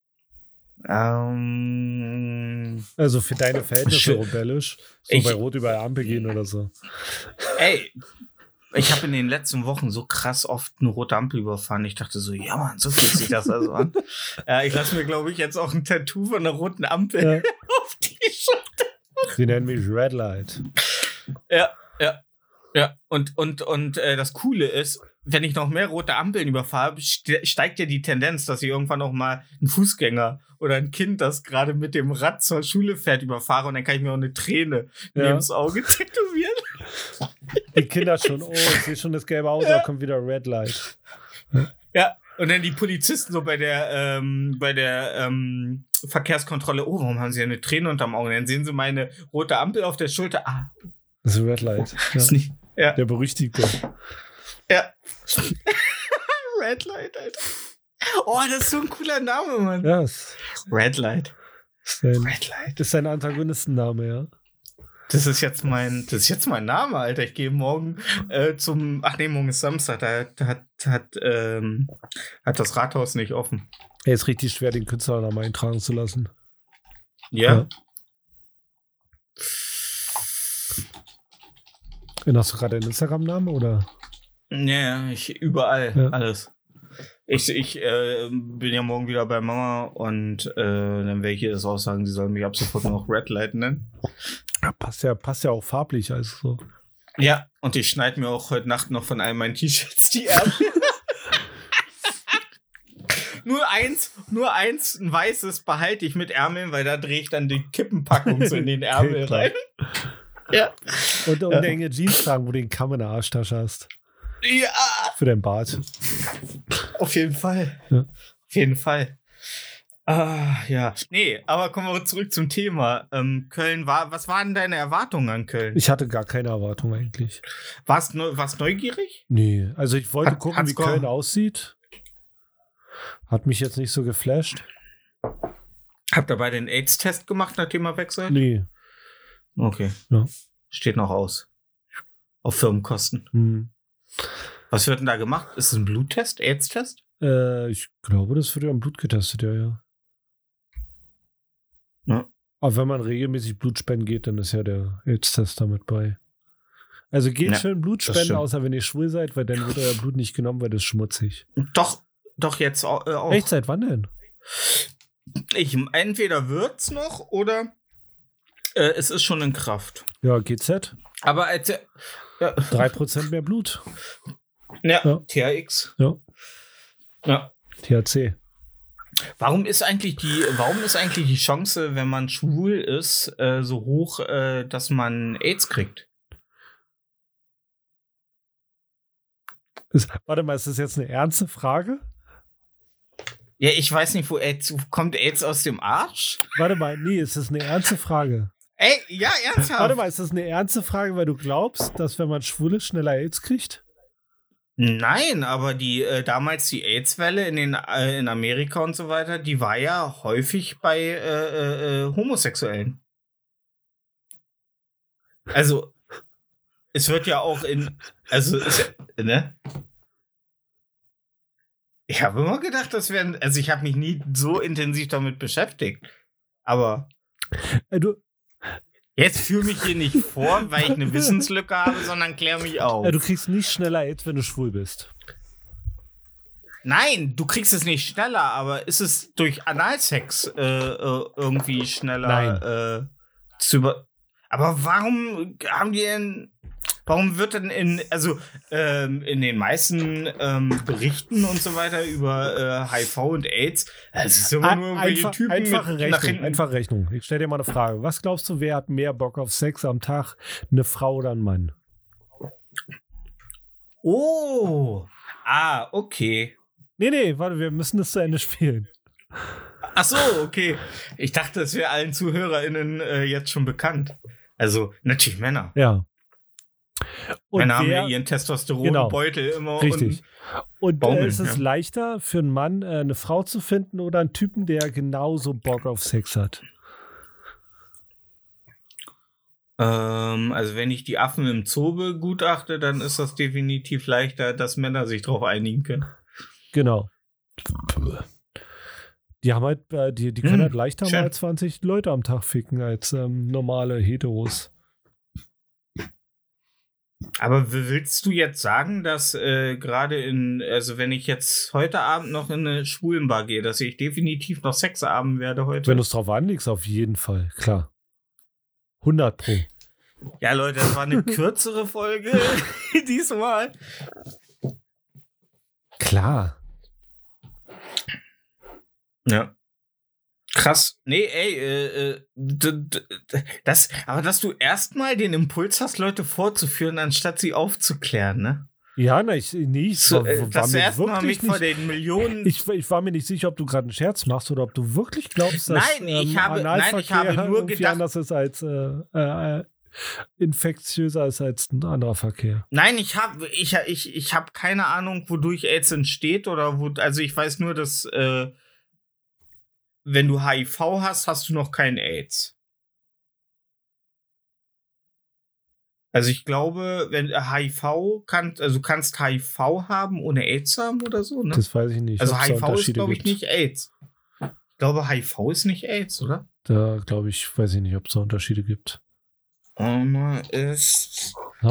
Also für deine Verhältnisse rebellisch? So bei Rot über die Ampel gehen oder so? Ey, ich habe in den letzten Wochen so krass oft eine rote Ampel überfahren. Ich dachte so, ja Mann, so fühlt sich das also an. Ich lasse mir, glaube ich, jetzt auch ein Tattoo von einer roten Ampel auf die Schulter. Sie nennen mich Red Light. Ja. Und das Coole ist, wenn ich noch mehr rote Ampeln überfahre, steigt ja die Tendenz, dass ich irgendwann noch mal einen Fußgänger oder ein Kind, das gerade mit dem Rad zur Schule fährt, überfahre und dann kann ich mir auch eine Träne neben das Auge tätowieren. Die Kinder schon, ich sehe schon das gelbe Auto, da kommt wieder Red Light. Ja, und dann die Polizisten so bei der Verkehrskontrolle, warum haben sie eine Träne unterm Auge? Dann sehen sie meine rote Ampel auf der Schulter. Das ist Red Light. Ist nicht, der berüchtigte. Ja. Red Light, Alter. Oh, das ist so ein cooler Name, Mann. Ja. Red Light. Red Light. Das ist ein Antagonistenname, ja. Das ist jetzt mein Name, Alter. Ich gehe morgen morgen ist Samstag. Da hat das Rathaus nicht offen. Ist richtig schwer, den Künstlernamen eintragen zu lassen. Ja. Hast du gerade einen Instagram-Namen, oder? Ja, überall, alles. Ich bin ja morgen wieder bei Mama und dann werde ich ihr das auch sagen, sie soll mich ab sofort noch Red Light nennen. Ja, passt ja auch farblich, also so. Ja, und ich schneide mir auch heute Nacht noch von all meinen T-Shirts die Ärmel. Nur eins, ein weißes behalte ich mit Ärmeln, weil da drehe ich dann die Kippenpackung so in den Ärmel rein. Ja. Und enge Jeans tragen, wo du den Kamm in der Arschtasche hast. Ja. Für dein Bart. Auf jeden Fall. Ja. Auf jeden Fall. Ja. Nee, aber kommen wir zurück zum Thema. Köln was waren deine Erwartungen an Köln? Ich hatte gar keine Erwartung eigentlich. Warst neugierig? Nee, also ich wollte gucken, wie Köln aussieht. Hat mich jetzt nicht so geflasht. Habt ihr bei den AIDS-Test gemacht, nachdem ihr weg seid? Nee. Okay. Ja. Steht noch aus. Auf Firmenkosten. Was wird denn da gemacht? Ist es ein Bluttest? AIDS-Test? Ich glaube, das wird ja am Blut getestet, ja. Aber wenn man regelmäßig Blut spenden geht, dann ist ja der AIDS-Test damit bei. Also geht schön Blut spenden, außer wenn ihr schwul seid, weil dann wird euer Blut nicht genommen, weil das ist schmutzig. Doch jetzt auch. Echt, seit wann denn? Entweder wird's noch oder es ist schon in Kraft. Ja, GZ. Aber 3% mehr Blut. Ja, THX. Ja. THC. Warum ist eigentlich die Chance, wenn man schwul ist, so hoch, dass man AIDS kriegt? Warte mal, ist das jetzt eine ernste Frage? Ja, ich weiß nicht, wo AIDS kommt. AIDS aus dem Arsch? Warte mal, nee, ist das eine ernste Frage? Ey, ja, ernsthaft. Warte mal, ist das eine ernste Frage, weil du glaubst, dass wenn man schwul ist, schneller AIDS kriegt? Nein, aber damals die AIDS-Welle in Amerika und so weiter, die war ja häufig bei Homosexuellen. Also, es wird ja auch ne? Ich habe immer gedacht, ich habe mich nie so intensiv damit beschäftigt. Aber jetzt fühle mich hier nicht vor, weil ich eine Wissenslücke habe, sondern klär mich auf. Du kriegst nicht schneller AIDS, wenn du schwul bist. Nein, du kriegst es nicht schneller, aber ist es durch Analsex irgendwie schneller Aber warum haben die denn... Warum wird denn in den meisten Berichten und so weiter über HIV und AIDS, es ist immer nur irgendwelche Typen Einfache Rechnung. Ich stelle dir mal eine Frage. Was glaubst du, wer hat mehr Bock auf Sex am Tag? Eine Frau oder ein Mann? Oh. Okay. Nee, warte, wir müssen das zu Ende spielen. Ach so, okay. Ich dachte, das wäre allen ZuhörerInnen jetzt schon bekannt. Also, natürlich Männer. Ja. Und Männer haben ja ihren Testosteronbeutel immer. Richtig. Und ist es leichter für einen Mann, eine Frau zu finden oder einen Typen, der genauso Bock auf Sex hat? Also wenn ich die Affen im Zoo begutachte, dann ist das definitiv leichter, dass Männer sich drauf einigen können. Genau. Die haben halt, die können halt leichter mal 20 Leute am Tag ficken als normale Heteros. Aber willst du jetzt sagen, dass gerade wenn ich jetzt heute Abend noch in eine Schwulenbar gehe, dass ich definitiv noch Sex haben werde heute? Wenn du es drauf anlegst, auf jeden Fall, klar. 100%. Ja, Leute, das war eine kürzere Folge diesmal. Klar. Ja. Krass. Nee, ey, aber dass du erstmal den Impuls hast, Leute vorzuführen, anstatt sie aufzuklären, ne? Ja, dass du erstmal mich vor den Millionen... Ich war mir nicht sicher, ob du gerade einen Scherz machst oder ob du wirklich glaubst, dass ich habe nur gedacht, anders ist als infektiöser ist als ein anderer Verkehr. Nein, ich habe keine Ahnung, wodurch AIDS entsteht oder also ich weiß nur, dass wenn du HIV hast, hast du noch kein AIDS. Also ich glaube, wenn HIV kannst HIV haben, ohne AIDS haben oder so, ne? Das weiß ich nicht. Also HIV ist, glaube ich, nicht AIDS. Ich glaube, HIV ist nicht AIDS, oder? Da weiß ich nicht, ob es da Unterschiede gibt. Ist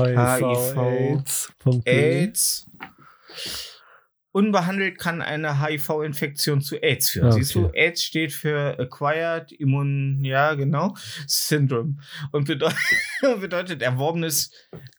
HIV/AIDS. Unbehandelt kann eine HIV-Infektion zu AIDS führen. Okay. Siehst du, AIDS steht für Acquired Syndrome und bedeutet erworbenes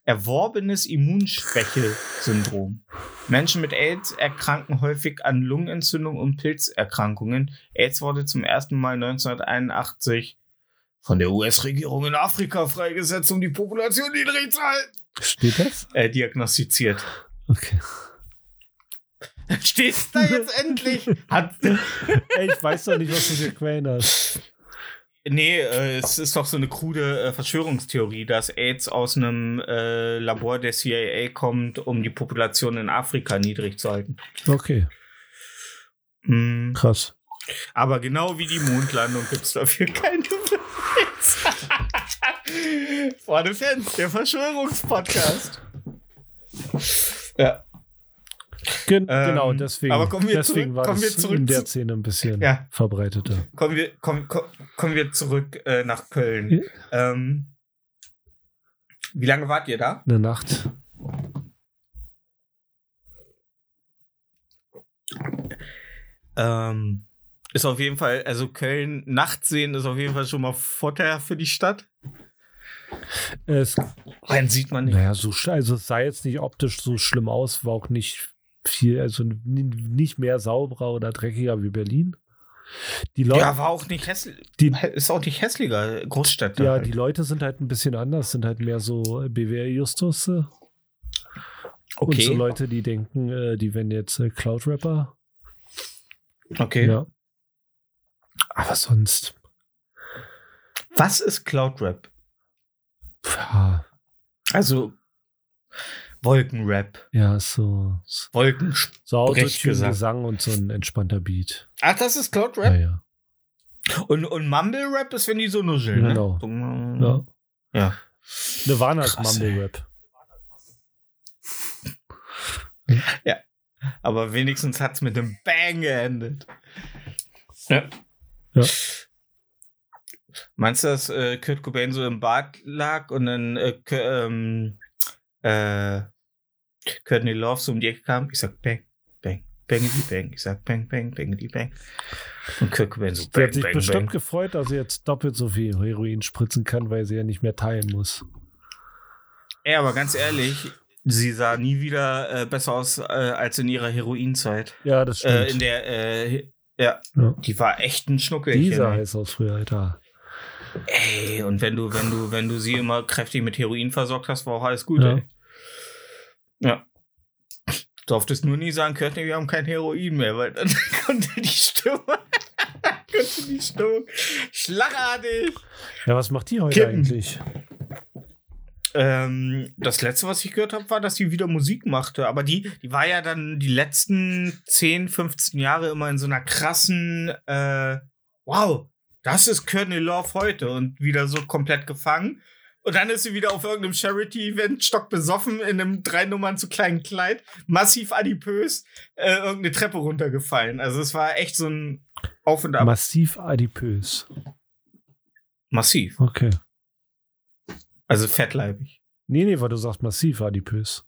Immunschwäche-Syndrom. Menschen mit AIDS erkranken häufig an Lungenentzündung und Pilzerkrankungen. AIDS wurde zum ersten Mal 1981 von der US-Regierung in Afrika freigesetzt, um die Population niedrig zu halten. Steht das? Diagnostiziert. Okay. Steht's da jetzt endlich? Ich weiß doch nicht, was du für Quellen hast. Nee, es ist doch so eine krude Verschwörungstheorie, dass AIDS aus einem Labor der CIA kommt, um die Population in Afrika niedrig zu halten. Okay. Krass. Aber genau wie die Mondlandung gibt's dafür keine Beweise. Freunde Fans, der Verschwörungspodcast. Ja. Genau, deswegen aber kommen wir war das in der Szene ein bisschen verbreiteter. Kommen wir zurück nach Köln. Ja. Wie lange wart ihr da? Eine Nacht. Ist auf jeden Fall, also Köln nachts sehen ist auf jeden Fall schon mal Vorteil für die Stadt. Rein sieht man nicht. Naja, also es sah jetzt nicht optisch so schlimm aus, war auch nicht viel, also nicht mehr sauberer oder dreckiger wie Berlin. Die Leute, war auch nicht hässlich. Ist auch nicht hässlicher, Großstadt. Ja, halt. Die Leute sind halt ein bisschen anders, sind halt mehr so BWL-Justus. Okay. Und so Leute, die denken, die werden jetzt Cloud-Rapper. Okay. Ja. Aber sonst. Was ist Cloud-Rap? Ja, Also Wolkenrap. ja so Wolkensprechgesang. Autotune-Gesang und so ein entspannter Beat. Ach, das ist Ja, Cloud-Rap? ja. Und Mumble-Rap ist, wenn die so nuscheln, Genau. ne? Ja. Ja. Nirvana ist Krass, Mumble-Rap. Aber wenigstens hat's mit einem Bang geendet. Ja. Ja. Meinst du, dass Kurt Cobain so im Bad lag und dann Courtney Love so um die Ecke kam? Ich sag Bang, Bang, Bangity Bang. Ich sag Bang, Bang, Bangity Bang. Und Kurt Cobain so Sie Bang, hat sich Bang, bestimmt Bang. gefreut, dass sie jetzt doppelt so viel Heroin spritzen kann, weil sie ja nicht mehr teilen muss. Ey, aber ganz ehrlich, sie sah nie wieder besser aus als in ihrer Heroinzeit. Ja, das stimmt. In der, ja, Ja. die war echt ein Schnuckelchen. Dieser ey. heißt aus früher, Alter. Ey, und wenn du sie immer kräftig mit Heroin versorgt hast, war auch alles gut, Ja. ey. Ja. Du durftest nur nie sagen, Courtney, wir haben kein Heroin mehr, weil dann konnte die Stimmung schlagartig. Ja, was macht die heute Kippen. eigentlich? Das letzte, was ich gehört habe, war, dass sie wieder Musik machte. Aber die war ja dann die letzten 10, 15 Jahre immer in so einer krassen, wow, das ist Courtney Love heute und wieder so komplett gefangen. Und dann ist sie wieder auf irgendeinem Charity-Event stockbesoffen in einem 3 Nummern zu kleinen Kleid, massiv adipös, irgendeine Treppe runtergefallen. Also es war echt so ein Auf und Ab. Massiv adipös. Massiv. Okay. Also fettleibig. Nee, weil du sagst massiv adipös.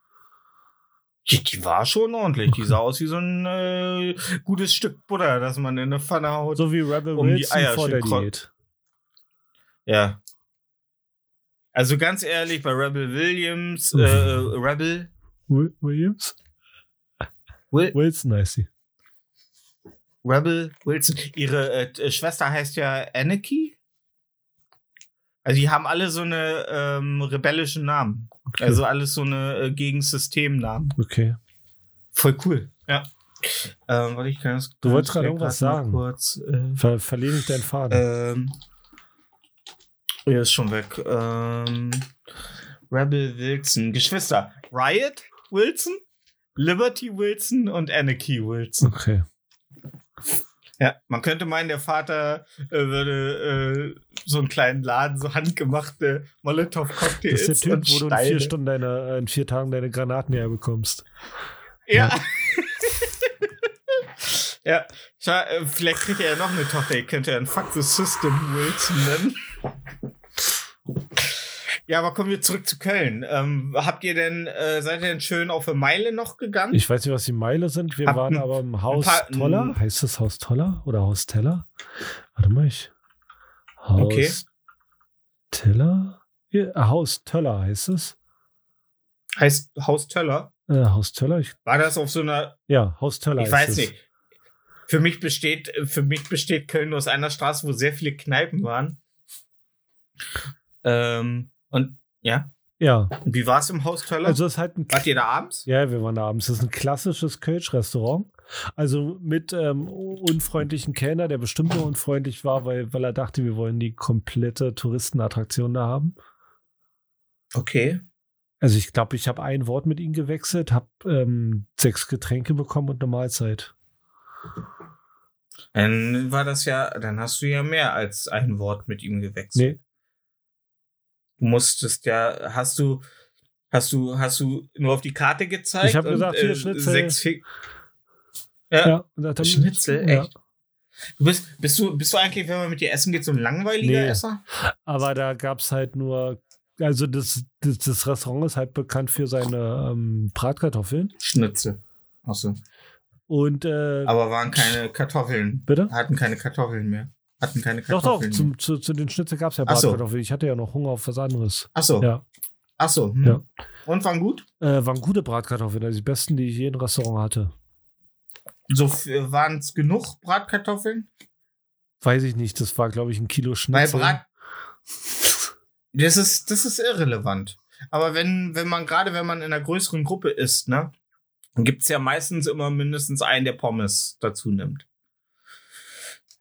Die war schon ordentlich. Die sah aus wie so ein gutes Stück Butter, das man in eine Pfanne haut. So wie Rebel Um die Wilson Eier vor der schön Diät. Ja. Also ganz ehrlich, bei Rebel Williams, Rebel Williams? Wilson heißt sie. Rebel Wilson. Ihre Schwester heißt ja Anarchy. Also die haben alle so eine rebellischen Namen. Okay. Also alles so eine Gegensystemnamen. Okay. Voll cool. Ja. Warte, ich kann das. Du wolltest gerade irgendwas sagen. Kurz, Verliere nicht deinen Faden. Ja, ist schon weg. Rebel Wilson. Geschwister. Riot Wilson, Liberty Wilson und Anarchy Wilson. Okay. Ja, man könnte meinen, der Vater würde so einen kleinen Laden, so handgemachte Molotow-Cocktails. Das ist der Typ, wo du in 4 Steine. Stunden in 4 Tagen deine Granaten herbekommst. Ja. Ja, vielleicht kriegt er ja noch eine Tochter. Ihr könnt ja einen Fuck the System Wilson nennen. Ja, aber kommen wir zurück zu Köln. Seid ihr denn schön auf der Meile noch gegangen? Ich weiß nicht, was die Meile sind. Wir waren aber im Haus Toller. Heißt das Haus Toller oder Haus Teller? Warte mal, Haus Teller? Ja, Haus Töller heißt es. Heißt Haus Töller? Haus Töller? War das auf so einer... Ja, Haus Töller Ich weiß nicht. Für mich besteht Köln nur aus einer Straße, wo sehr viele Kneipen waren. Und ja. Ja. Und wie war es im Haus Töller? Also es ist halt Wart ihr da abends? Ja, wir waren da abends. Das ist ein klassisches Kölsch-Restaurant. Also mit unfreundlichen Kellner, der bestimmt nur unfreundlich war, weil er dachte, wir wollen die komplette Touristenattraktion da haben. Okay. Also ich glaube, ich habe ein Wort mit ihm gewechselt, habe 6 Getränke bekommen und eine Mahlzeit. Dann hast du ja mehr als ein Wort mit ihm gewechselt. Nee. Du musstest ja, hast du nur auf die Karte gezeigt? Ich habe gesagt, hier Schnitzel. Ja. Und dann, Schnitzel, ja. echt? Bist du eigentlich, wenn man mit dir essen geht, so ein langweiliger Esser? Aber da gab es halt nur, also das Restaurant ist halt bekannt für seine Bratkartoffeln. Schnitzel. Achso. Und aber waren keine Kartoffeln. Bitte? Hatten keine Kartoffeln mehr. Doch, zu den Schnitzel gab es ja Bratkartoffeln. Ich hatte ja noch Hunger auf was anderes. Achso. Ja. Achso. Ja. Und waren gut? Waren gute Bratkartoffeln, also die besten, die ich je im Restaurant hatte. So waren es genug Bratkartoffeln? Weiß ich nicht, das war, glaube ich, 1 Kilo Schnitzel. Das ist irrelevant. Aber wenn man in einer größeren Gruppe isst, ne, dann gibt es ja meistens immer mindestens einen, der Pommes dazu nimmt.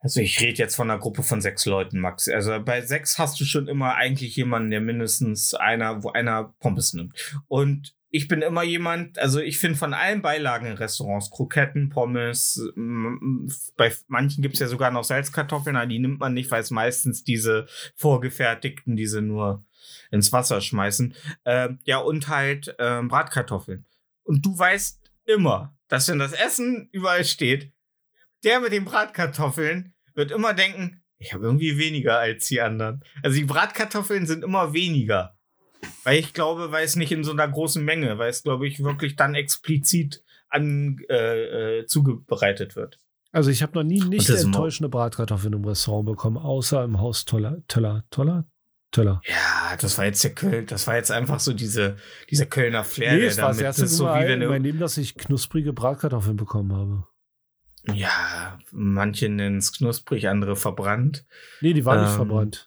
Also ich rede jetzt von einer Gruppe von 6 Leuten, Max. Also bei 6 hast du schon immer eigentlich jemanden, der mindestens einer Pommes nimmt. Und ich bin immer jemand, also ich finde von allen Beilagen in Restaurants, Kroketten, Pommes, bei manchen gibt es ja sogar noch Salzkartoffeln, aber die nimmt man nicht, weil es meistens diese vorgefertigten, diese nur ins Wasser schmeißen. Ja, und halt Bratkartoffeln. Und du weißt immer, dass wenn das Essen überall steht, der mit den Bratkartoffeln wird immer denken, ich habe irgendwie weniger als die anderen. Also die Bratkartoffeln sind immer weniger. Weil ich glaube, weil es nicht in so einer großen Menge, weil es, glaube ich, wirklich dann explizit zubereitet wird. Also ich habe noch nie nicht enttäuschende Bratkartoffeln im Restaurant bekommen, außer im Haus Töller. Ja, das war jetzt der Köln, das war jetzt einfach so dieser Kölner Flair. Nee, es war das erste Mal in meinem Leben, dass ich knusprige Bratkartoffeln bekommen habe. Ja, manche nennen es knusprig, andere verbrannt. Nee, die waren nicht verbrannt.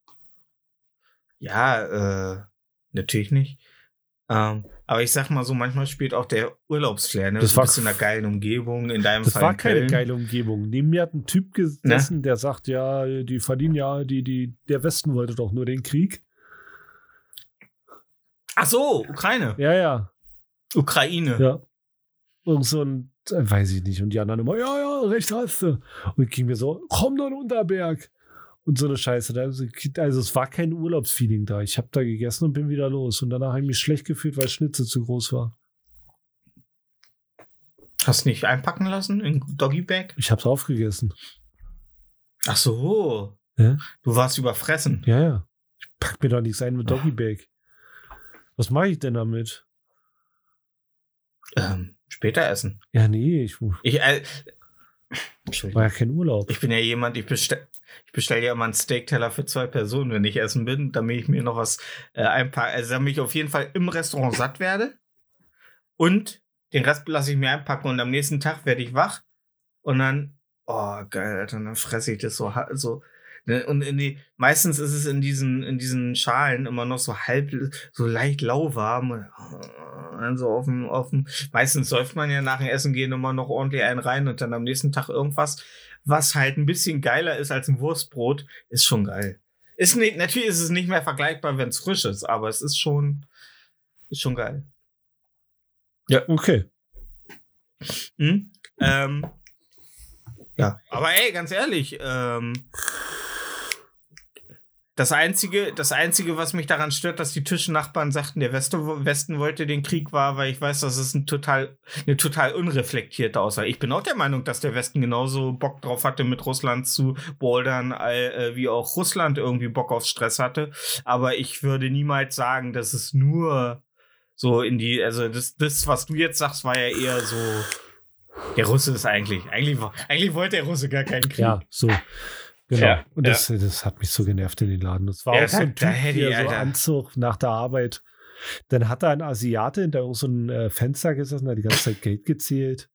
Ja, natürlich nicht. Aber ich sag mal so, manchmal spielt auch der Urlaubsflair, ne? Das war in einer geilen Umgebung, in deinem Fall. Das war keine Köln. Geile Umgebung. Neben mir hat ein Typ gesessen, der sagt, ja, die verdienen ja, der Westen wollte doch nur den Krieg. Ach so, Ukraine. Ja. Ukraine. Ja. Und so ein, weiß ich nicht. Und die anderen immer, ja, recht hast du. Und ging mir so, komm dann Unterberg. Und so eine Scheiße. Also es war kein Urlaubsfeeling da. Ich habe da gegessen und bin wieder los. Und danach habe ich mich schlecht gefühlt, weil Schnitzel zu groß war. Hast du nicht einpacken lassen in Doggy-Bag? Ich habe es aufgegessen. Ach so. Ja? Du warst überfressen. Ja. Ich pack mir doch nichts ein mit Doggy-Bag. Was mache ich denn damit? Später essen. Ja, nee. War ja kein Urlaub. Ich bin ja jemand, ich bestelle ja immer einen Steakteller für 2 Personen, wenn ich essen bin, damit ich mir noch was einpacke. Also damit ich auf jeden Fall im Restaurant satt werde. Und den Rest lasse ich mir einpacken und am nächsten Tag werde ich wach. Und dann, oh geil, Alter, dann fresse ich das so. Und meistens ist es in diesen Schalen immer noch so so leicht lauwarm. Also auf dem meistens säuft man ja nach dem Essen gehen immer noch ordentlich einen rein und dann am nächsten Tag irgendwas, was halt ein bisschen geiler ist als ein Wurstbrot, ist schon geil. Natürlich ist es nicht mehr vergleichbar, wenn es frisch ist, aber es ist schon geil. Ja, okay. Ja, aber ey, ganz ehrlich, das Einzige, was mich daran stört, dass die Tischnachbarn sagten, der Westen wollte den Krieg, war, weil ich weiß, dass es eine total unreflektierte Aussage. Ich bin auch der Meinung, dass der Westen genauso Bock drauf hatte, mit Russland zu bouldern, wie auch Russland irgendwie Bock auf Stress hatte. Aber ich würde niemals sagen, dass es nur so also das, was du jetzt sagst, war ja eher so, der Russe ist eigentlich wollte der Russe gar keinen Krieg. Ja, so. Genau. Ja, und das hat mich so genervt in den Laden. Das war auch so ein Typ, der so Anzug nach der Arbeit. Dann hat da ein Asiate hinter so ein Fenster gesessen, hat die ganze Zeit Geld gezählt.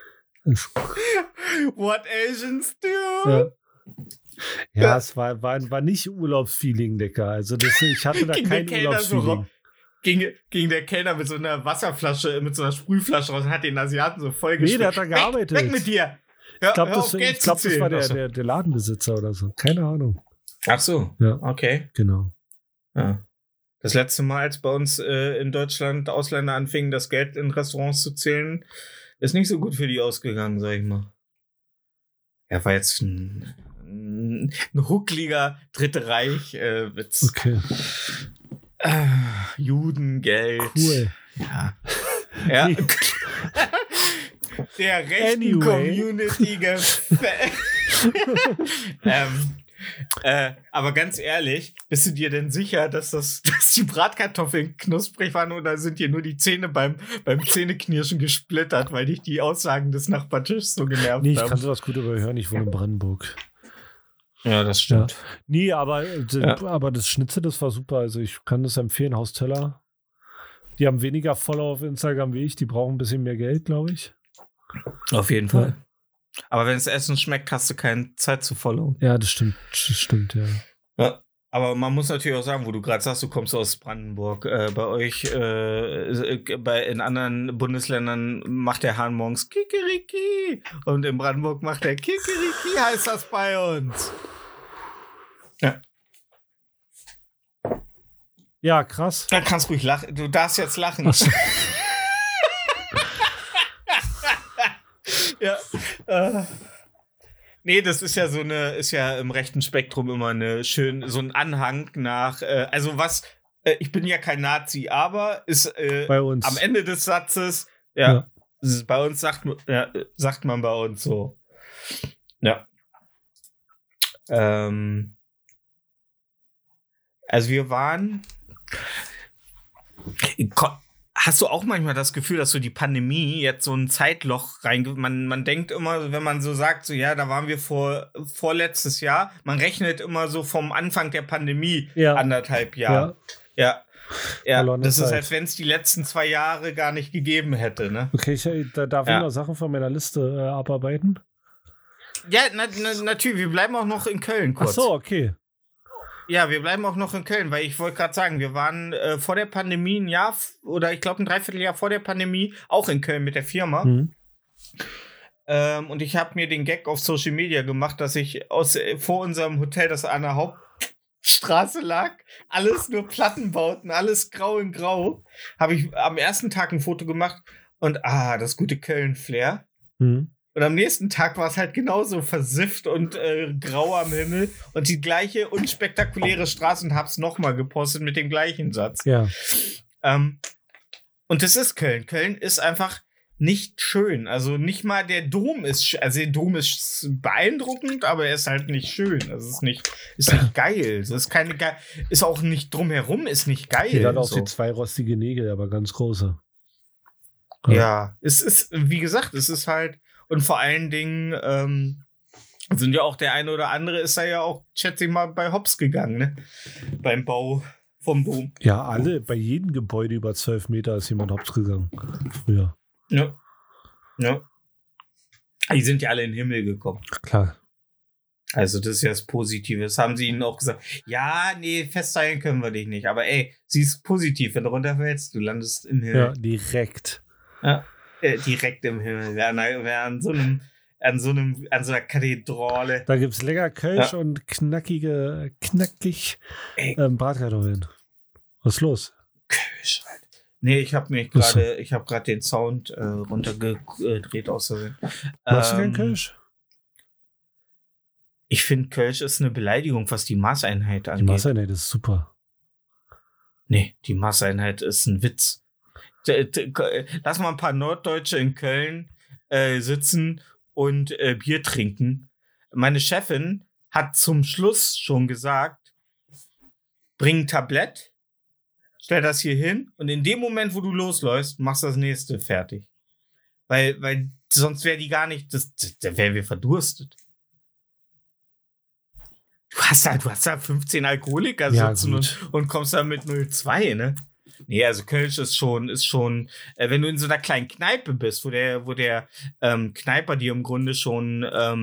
What Asians do? Ja, es war nicht Urlaubsfeeling, Decker. Also ich hatte da kein Urlaubsfeeling. Ging der Kellner mit so einer Wasserflasche, mit so einer Sprühflasche raus und hat den Asiaten so voll gespielt. Nee, der hat da gearbeitet. Weg mit dir! Ich glaube, das war der Ladenbesitzer oder so. Keine Ahnung. Ach so. Ja. Okay. Genau. Ja. Das letzte Mal, als bei uns in Deutschland Ausländer anfingen, das Geld in Restaurants zu zählen, ist nicht so gut für die ausgegangen, sag ich mal. Er war jetzt ein huckliger Dritte Reich-Witz. Okay. Judengeld. Cool. Ja. Der rechten Community aber ganz ehrlich, bist du dir denn sicher, dass die Bratkartoffeln knusprig waren oder sind dir nur die Zähne beim Zähneknirschen gesplittert, weil dich die Aussagen des Nachbartischs so genervt haben? Nee, ich kann sowas gut überhören, ich wohne in Brandenburg. Ja, das stimmt. Ja. Nee, aber das Schnitzel, das war super. Also ich kann das empfehlen, Haus Töller. Die haben weniger Follower auf Instagram wie ich, die brauchen ein bisschen mehr Geld, glaube ich. Auf jeden Fall. Aber wenn das Essen schmeckt, hast du keine Zeit zu followen. Ja, das stimmt, ja. Aber man muss natürlich auch sagen, wo du gerade sagst, du kommst aus Brandenburg. Bei euch, in anderen Bundesländern macht der Hahn morgens Kikeriki. Und in Brandenburg macht der Kikeriki, heißt das bei uns. Ja. Ja, krass. Dann kannst du ruhig lachen. Du darfst jetzt lachen. Ja. Nee, das ist ja ist ja im rechten Spektrum immer so ein Anhang nach, ich bin ja kein Nazi, aber ist bei uns. Am Ende des Satzes, ja. Bei uns sagt man bei uns so. Ja. Also wir waren. Hast du auch manchmal das Gefühl, dass so die Pandemie jetzt so ein Zeitloch man denkt immer, wenn man so sagt, so ja, da waren wir vorletztes Jahr, man rechnet immer so vom Anfang der Pandemie 1,5 Jahre. Ja. Das ist, als wenn es die letzten 2 Jahre gar nicht gegeben hätte, ne? Okay, da darf ich noch Sachen von meiner Liste abarbeiten. Ja, natürlich, wir bleiben auch noch in Köln kurz. Ach so, okay. Ja, wir bleiben auch noch in Köln, weil ich wollte gerade sagen, wir waren vor der Pandemie ein Jahr oder ich glaube ein Dreivierteljahr vor der Pandemie auch in Köln mit der Firma. Mhm. Und ich habe mir den Gag auf Social Media gemacht, dass ich vor unserem Hotel, das an der Hauptstraße lag, alles nur Plattenbauten, alles grau in grau, habe ich am ersten Tag ein Foto gemacht und das gute Köln-Flair. Mhm. Und am nächsten Tag war es halt genauso versifft und grau am Himmel und die gleiche unspektakuläre Straße und hab's nochmal gepostet mit dem gleichen Satz. Ja. Und das ist Köln. Köln ist einfach nicht schön. Also nicht mal der Dom ist, also der Dom ist beeindruckend, aber er ist halt nicht schön. Also es ist nicht geil. Es ist ist auch nicht drumherum, ist nicht geil. Hier hat auch die 2 rostige Nägel, aber ganz große. Ja, es ist, wie gesagt, es ist halt. Und vor allen Dingen sind ja auch der eine oder andere ist da ja auch, schätze ich mal, bei Hops gegangen, ne? Beim Bau vom Dom. Ja, bei jedem Gebäude über 12 Meter ist jemand Hops gegangen. Früher. Ja. Die sind ja alle in den Himmel gekommen. Klar. Also das ist ja das Positive. Das haben sie ihnen auch gesagt. Ja, nee, festhalten können wir dich nicht. Aber ey, sie ist positiv. Wenn du runterfällst, du landest im Himmel. Ja, direkt. Ja. Direkt im Himmel. Wer an so einer Kathedrale. Da gibt's lecker Kölsch und knackig Bratkartoffeln. Was ist los? Kölsch, Alter. Nee, ich habe gerade den Sound runtergedreht aus Versehen. Machst du keinen Kölsch? Ich finde, Kölsch ist eine Beleidigung, was die Maßeinheit angeht. Die Maßeinheit ist super. Nee, die Maßeinheit ist ein Witz. Lass mal ein paar Norddeutsche in Köln sitzen und Bier trinken. Meine Chefin hat zum Schluss schon gesagt, bring ein Tablett, stell das hier hin und in dem Moment, wo du losläufst, machst du das nächste fertig. Weil sonst wäre die gar nicht, da wären wir verdurstet. Du hast da 15 Alkoholiker sitzen und kommst da mit 0,2, ne? Nee, also Kölsch ist schon, wenn du in so einer kleinen Kneipe bist, wo der Kneiper dir im Grunde schon,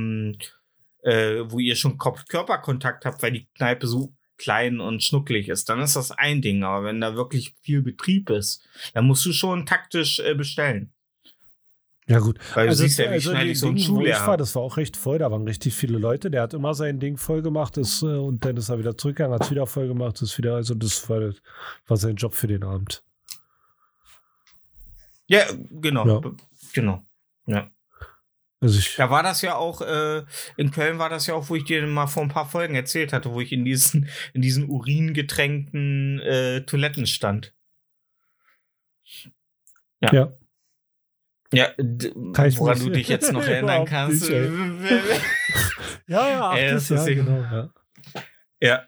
wo ihr schon Körperkontakt habt, weil die Kneipe so klein und schnucklig ist, dann ist das ein Ding. Aber wenn da wirklich viel Betrieb ist, dann musst du schon taktisch bestellen. Ja, gut. Weil du siehst ja, wie schnell ich so ein Schullehrer habe. Das war auch recht voll, da waren richtig viele Leute. Der hat immer sein Ding voll gemacht und dann ist er wieder zurückgegangen, hat es wieder voll gemacht, das war sein Job für den Abend. Ja, genau. Ja. Genau. Ja. Also da war das ja auch, in Köln war das ja auch, wo ich dir mal vor ein paar Folgen erzählt hatte, wo ich in diesen uringetränkten Toiletten stand. Ja. Ja, woran du dich jetzt noch erinnern kannst. Ja, genau. Ja.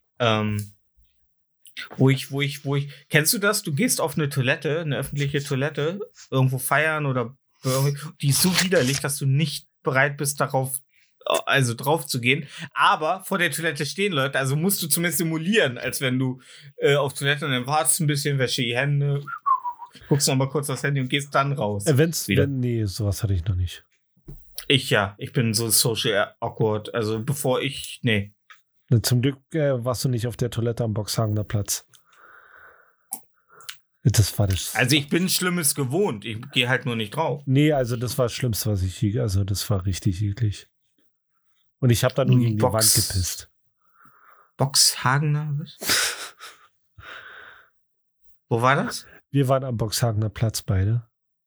Wo ich, kennst du das? Du gehst auf eine Toilette, eine öffentliche Toilette, irgendwo feiern oder die ist so widerlich, dass du nicht bereit bist, drauf zu gehen. Aber vor der Toilette stehen Leute, also musst du zumindest simulieren, als wenn du auf Toilette und dann wartest ein bisschen, wäsche die Hände, guckst noch mal kurz aufs Handy und gehst dann raus. Nee, sowas hatte ich noch nicht. Ich bin so social awkward. Also nee. Zum Glück warst du nicht auf der Toilette am Boxhagener Platz. Das war das. Also ich bin Schlimmes gewohnt. Ich gehe halt nur nicht drauf. Nee, also das war das Schlimmste, was ich also das war richtig eklig. Und ich habe da nur gegen die Wand gepisst. Boxhagener? Was? Wo war das? Wir waren am Boxhagener Platz beide.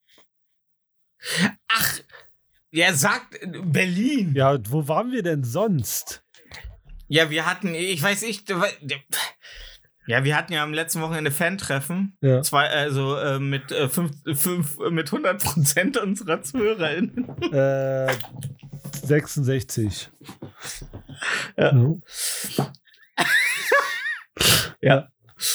Ach, er sagt Berlin. Ja, wo waren wir denn sonst? Ja, wir hatten, ich weiß nicht, ja, wir hatten ja am letzten Wochenende Fan-Treffen. Ja. Mit 100% unserer ZuhörerInnen. 66. Ja. Ja.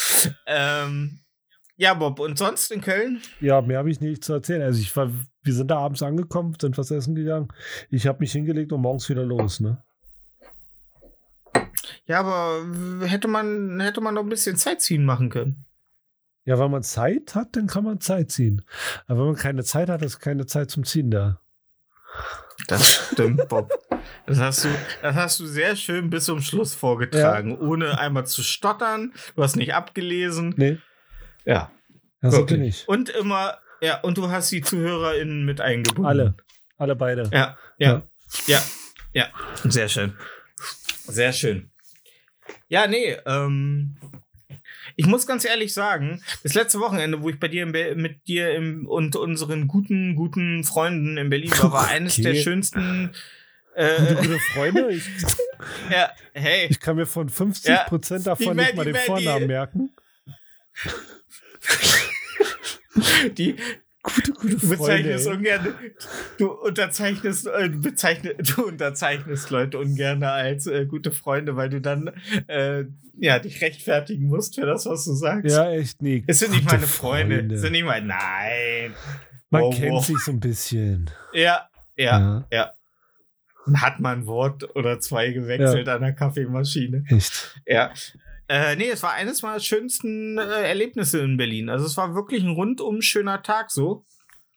Ja, Bob, und sonst in Köln? Ja, mehr habe ich nicht zu erzählen. Also wir sind da abends angekommen, sind was essen gegangen. Ich habe mich hingelegt und morgens wieder los, ne? Ja, aber hätte man noch ein bisschen Sightseeing machen können. Ja, wenn man Zeit hat, dann kann man Zeit ziehen. Aber wenn man keine Zeit hat, ist keine Zeit zum Ziehen da. Das stimmt, Bob. Das hast du sehr schön bis zum Schluss vorgetragen, ohne einmal zu stottern. Du hast nicht abgelesen. Nee. Ja. Das bin ich. Und immer, ja, und du hast die ZuhörerInnen mit eingebunden. Alle beide. Ja. Sehr schön. Sehr schön. Ja, nee, ich muss ganz ehrlich sagen, das letzte Wochenende, wo ich bei dir mit dir und unseren guten Freunden in Berlin war eines der schönsten. Gute Freunde? Ja, hey. Ich kann mir von 50% davon nicht mal den Vornamen merken. Die gute du bezeichnest Freunde, ungern, du unterzeichnest Leute ungern als gute Freunde, weil du dann dich rechtfertigen musst für das, was du sagst. Ja, echt nie. Es sind nicht meine Freunde. Es sind nicht meine. Nein. Man kennt sich so ein bisschen. Ja. Hat man ein Wort oder zwei gewechselt an der Kaffeemaschine. Echt? Ja. Nee, es war eines meiner schönsten Erlebnisse in Berlin. Also es war wirklich ein rundum schöner Tag so.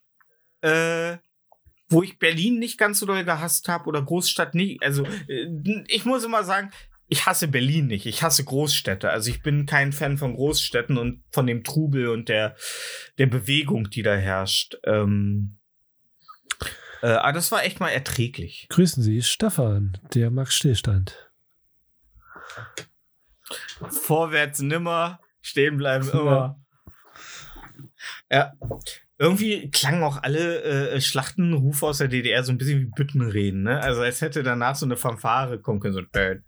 Wo ich Berlin nicht ganz so doll gehasst habe oder Großstadt nicht. Also ich muss immer sagen, ich hasse Berlin nicht. Ich hasse Großstädte. Also ich bin kein Fan von Großstädten und von dem Trubel und der Bewegung, die da herrscht. Aber das war echt mal erträglich. Grüßen Sie, Stefan, der mag Stillstand. Vorwärts nimmer, stehen bleiben immer. Ja. Irgendwie klangen auch alle Schlachtenrufe aus der DDR so ein bisschen wie Büttenreden, ne? Also als hätte danach so eine Fanfare kommen können, so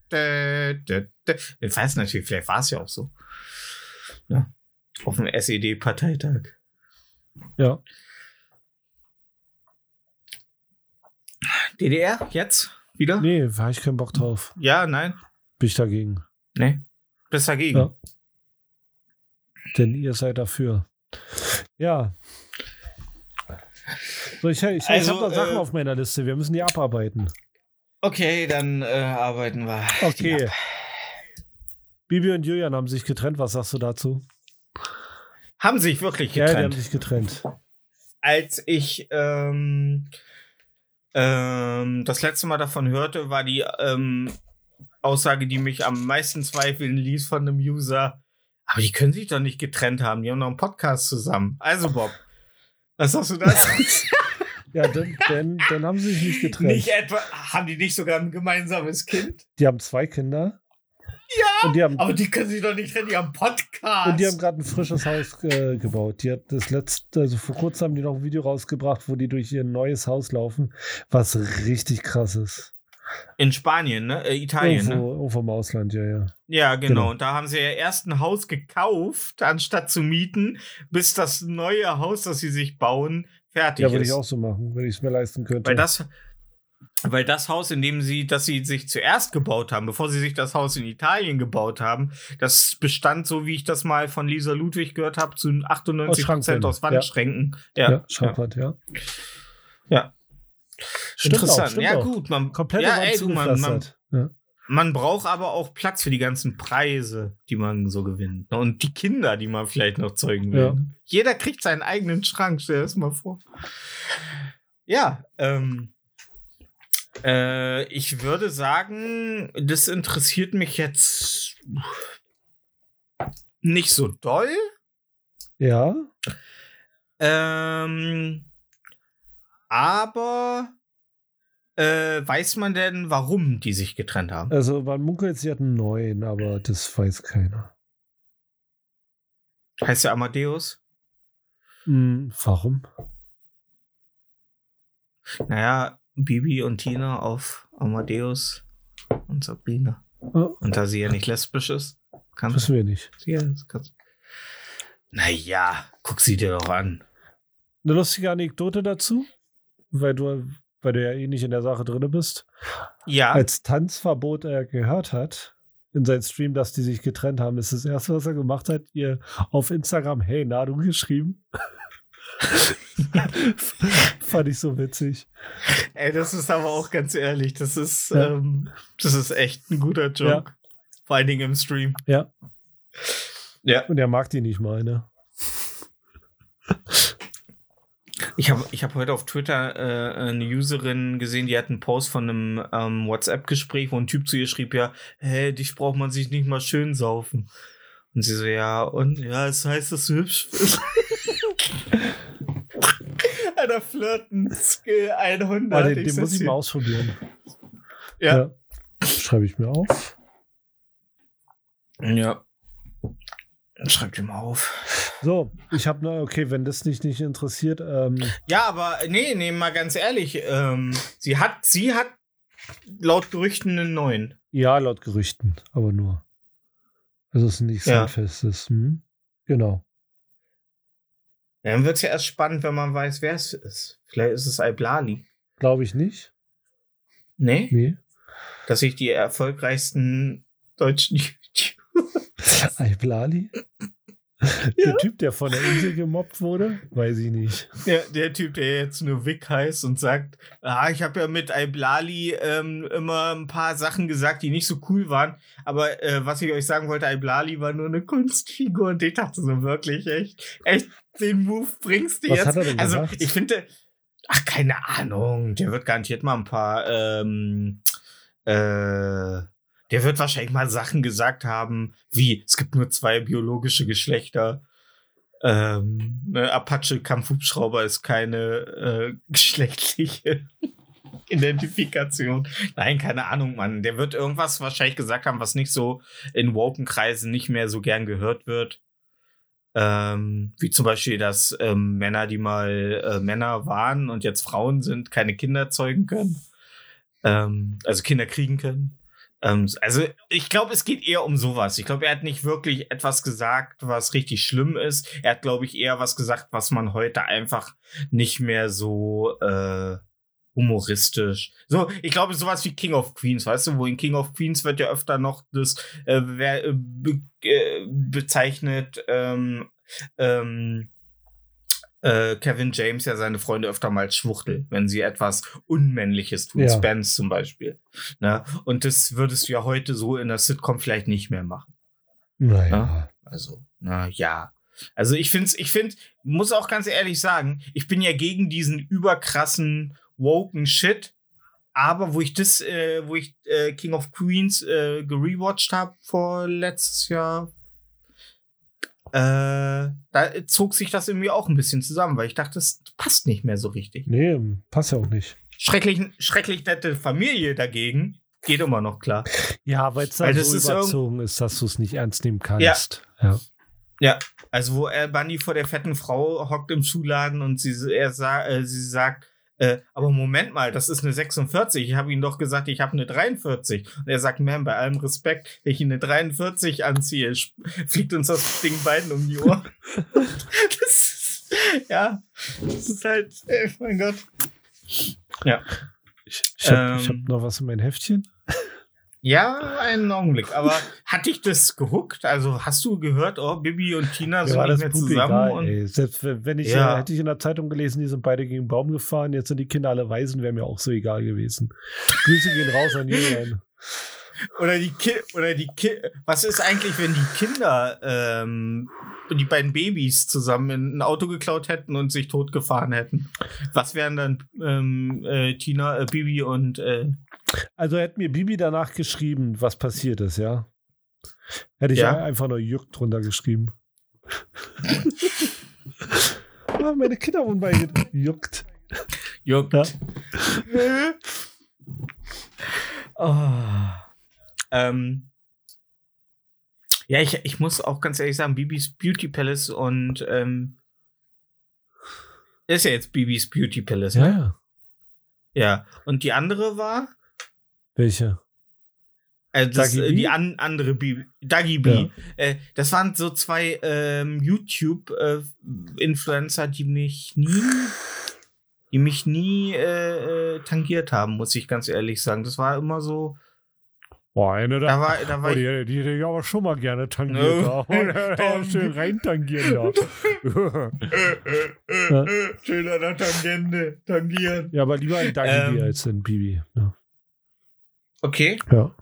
ich weiß natürlich, vielleicht war es ja auch so. Ja. Auf dem SED-Parteitag. Ja. DDR, jetzt? Wieder? Nee, war ich keinen Bock drauf. Ja, nein? Bin ich dagegen. Nee, bist dagegen. Ja. Denn ihr seid dafür. Ja. So, ich habe da Sachen auf meiner Liste. Wir müssen die abarbeiten. Okay, dann arbeiten wir. Okay. Bibi und Julian haben sich getrennt. Was sagst du dazu? Haben sich wirklich getrennt? Ja, die haben sich getrennt. Als ich das letzte Mal davon hörte, war die Aussage, die mich am meisten zweifeln ließ von einem User. Aber die können sich doch nicht getrennt haben. Die haben noch einen Podcast zusammen. Also, Bob, was sagst du dazu? Ja, dann haben sie sich nicht getrennt. Nicht etwa, haben die nicht sogar ein gemeinsames Kind? Die haben 2 Kinder. Ja, und aber die können sich doch nicht trennen, die haben einen Podcast. Und die haben gerade ein frisches Haus gebaut. Die hat vor kurzem haben die noch ein Video rausgebracht, wo die durch ihr neues Haus laufen, was richtig krass ist. In Spanien, ne? Italien, irgendwo im Ausland, ja. Ja, genau. Und da haben sie ja erst ein Haus gekauft, anstatt zu mieten, bis das neue Haus, das sie sich bauen, fertig ist. Ja, würde ich auch so machen, wenn ich es mir leisten könnte. Weil das Haus, das sie sich zuerst gebaut haben, bevor sie sich das Haus in Italien gebaut haben, das bestand, so wie ich das mal von Lisa Ludwig gehört habe, zu 98% aus Wandschränken. Ja, Schrankwand, ja. Ja. Stimmt interessant. Auch, ja, auch. gut. Man braucht aber auch Platz für die ganzen Preise, die man so gewinnt. Und die Kinder, die man vielleicht noch zeugen will. Ja. Jeder kriegt seinen eigenen Schrank, stell dir das mal vor. Ja, Ich würde sagen, das interessiert mich jetzt nicht so doll. Ja. Aber weiß man denn, warum die sich getrennt haben? Also man munkelt, sie hatten einen neuen, aber das weiß keiner. Heißt der Amadeus? Warum? Naja, Bibi und Tina auf Amadeus und Sabrina. Oh. Und da sie ja nicht lesbisch ist, kann Wissen wir nicht. sie ja. Naja, guck sie dir doch an. Eine lustige Anekdote dazu, weil du ja eh nicht in der Sache drin bist. Ja. Als Tanzverbot gehört hat in seinem Stream, dass die sich getrennt haben, ist das erste, was er gemacht hat, ihr auf Instagram "Hey Nadu" geschrieben. Fand ich so witzig. Ey, das ist aber auch ganz ehrlich, das ist echt ein guter Joke. Ja. Vor allen Dingen im Stream. Ja. Ja. Und er mag die nicht mal, ne? Ich hab heute auf Twitter eine Userin gesehen, die hat einen Post von einem WhatsApp-Gespräch, wo ein Typ zu ihr schrieb, ja, hey, dich braucht man sich nicht mal schön saufen. Und sie so, ja, und ja, es heißt, dass du hübsch bist. Alter, Flirten, Skill 100. Aber den muss ich mal ausprobieren. Ja. Schreibe ich mir auf. Ja. Schreib dir mal auf. So, ich habe noch, okay, wenn das nicht interessiert. Ja, aber nee, mal ganz ehrlich, sie hat laut Gerüchten einen neuen. Ja, laut Gerüchten, aber nur. Also es ist nicht so festes. Genau. Ja, dann wird es ja erst spannend, wenn man weiß, wer es ist. Vielleicht ist es Iblali. Glaube ich nicht. Nee? Dass sich die erfolgreichsten deutschen YouTuber. Iblali? Der Typ, der von der Insel gemobbt wurde? Weiß ich nicht. Ja, der Typ, der jetzt nur Vic heißt und sagt, ich habe ja mit Iblali immer ein paar Sachen gesagt, die nicht so cool waren. Aber was ich euch sagen wollte, Iblali war nur eine Kunstfigur. Und ich dachte so wirklich, echt, den Move bringst du was jetzt. Hat er denn gesagt? Ich finde, keine Ahnung, der wird garantiert mal ein paar, der wird wahrscheinlich mal Sachen gesagt haben, wie, es gibt nur 2 biologische Geschlechter. Apache-Kampfhubschrauber ist keine geschlechtliche Identifikation. Nein, keine Ahnung, Mann. Der wird irgendwas wahrscheinlich gesagt haben, was nicht so in Woken-Kreisen nicht mehr so gern gehört wird. Wie zum Beispiel, dass Männer, die mal Männer waren und jetzt Frauen sind, keine Kinder zeugen können. Also Kinder kriegen können. Also ich glaube, es geht eher um sowas. Ich glaube, er hat nicht wirklich etwas gesagt, was richtig schlimm ist. Er hat, glaube ich, eher was gesagt, was man heute einfach nicht mehr so humoristisch. So, ich glaube, sowas wie King of Queens, weißt du, wo in King of Queens wird ja öfter noch das bezeichnet, Kevin James ja seine Freunde öfter mal als Schwuchtel, wenn sie etwas Unmännliches tun. Ja. Spence zum Beispiel. Na? Und das würdest du ja heute so in der Sitcom vielleicht nicht mehr machen. Naja. Also, ja. Also ich finde, muss auch ganz ehrlich sagen, ich bin ja gegen diesen überkrassen woken Shit, aber wo ich King of Queens gerewatcht habe vor letztes Jahr, da zog sich das irgendwie auch ein bisschen zusammen, weil ich dachte, das passt nicht mehr so richtig. Nee, passt ja auch nicht. Schrecklich nette Familie dagegen geht immer noch klar. Ja, weil es da so überzogen ist, dass du es nicht ernst nehmen kannst. Ja, also wo Bunny vor der fetten Frau hockt im Schuhladen und sie sagt, aber Moment mal, das ist eine 46. Ich habe Ihnen doch gesagt, ich habe eine 43. Und er sagt, man, bei allem Respekt, wenn ich eine 43 anziehe, fliegt uns das Ding beiden um die Ohren. Das ist halt, mein Gott. Ja. Ich hab noch was in mein Heftchen. Ja, einen Augenblick. Aber hat dich das gehuckt? Also hast du gehört, Bibi und Tina sind nicht mehr zusammen? Egal, selbst wenn ich hätte ich in der Zeitung gelesen, die sind beide gegen den Baum gefahren, jetzt sind die Kinder alle Waisen, wäre mir auch so egal gewesen. Grüße gehen raus an Julian. Oder die was ist eigentlich, wenn die Kinder die beiden Babys zusammen in ein Auto geklaut hätten und sich totgefahren hätten. Was wären dann Tina, Bibi und Also hätte mir Bibi danach geschrieben, was passiert ist, ja? Hätte ich einfach nur Juckt drunter geschrieben. Meine Kinder wurden bei Juckt. Juckt. Ja. Ja, ich muss auch ganz ehrlich sagen, Bibis Beauty Palace und ist ja jetzt Bibis Beauty Palace, ne? Ja. Ja. Und die andere war? Welche? Die andere Bibi, Dagi B. Ja. Das waren so zwei YouTube-Influencer, die mich nie tangiert haben, muss ich ganz ehrlich sagen. Das war immer so. Boah, eine da war die hätte ich aber schon mal gerne tangiert. Schön rein tangieren da. Schön an der Tangente tangieren. Ja, aber lieber ein Dagi B als ein Bibi. Ja. Okay. Ja.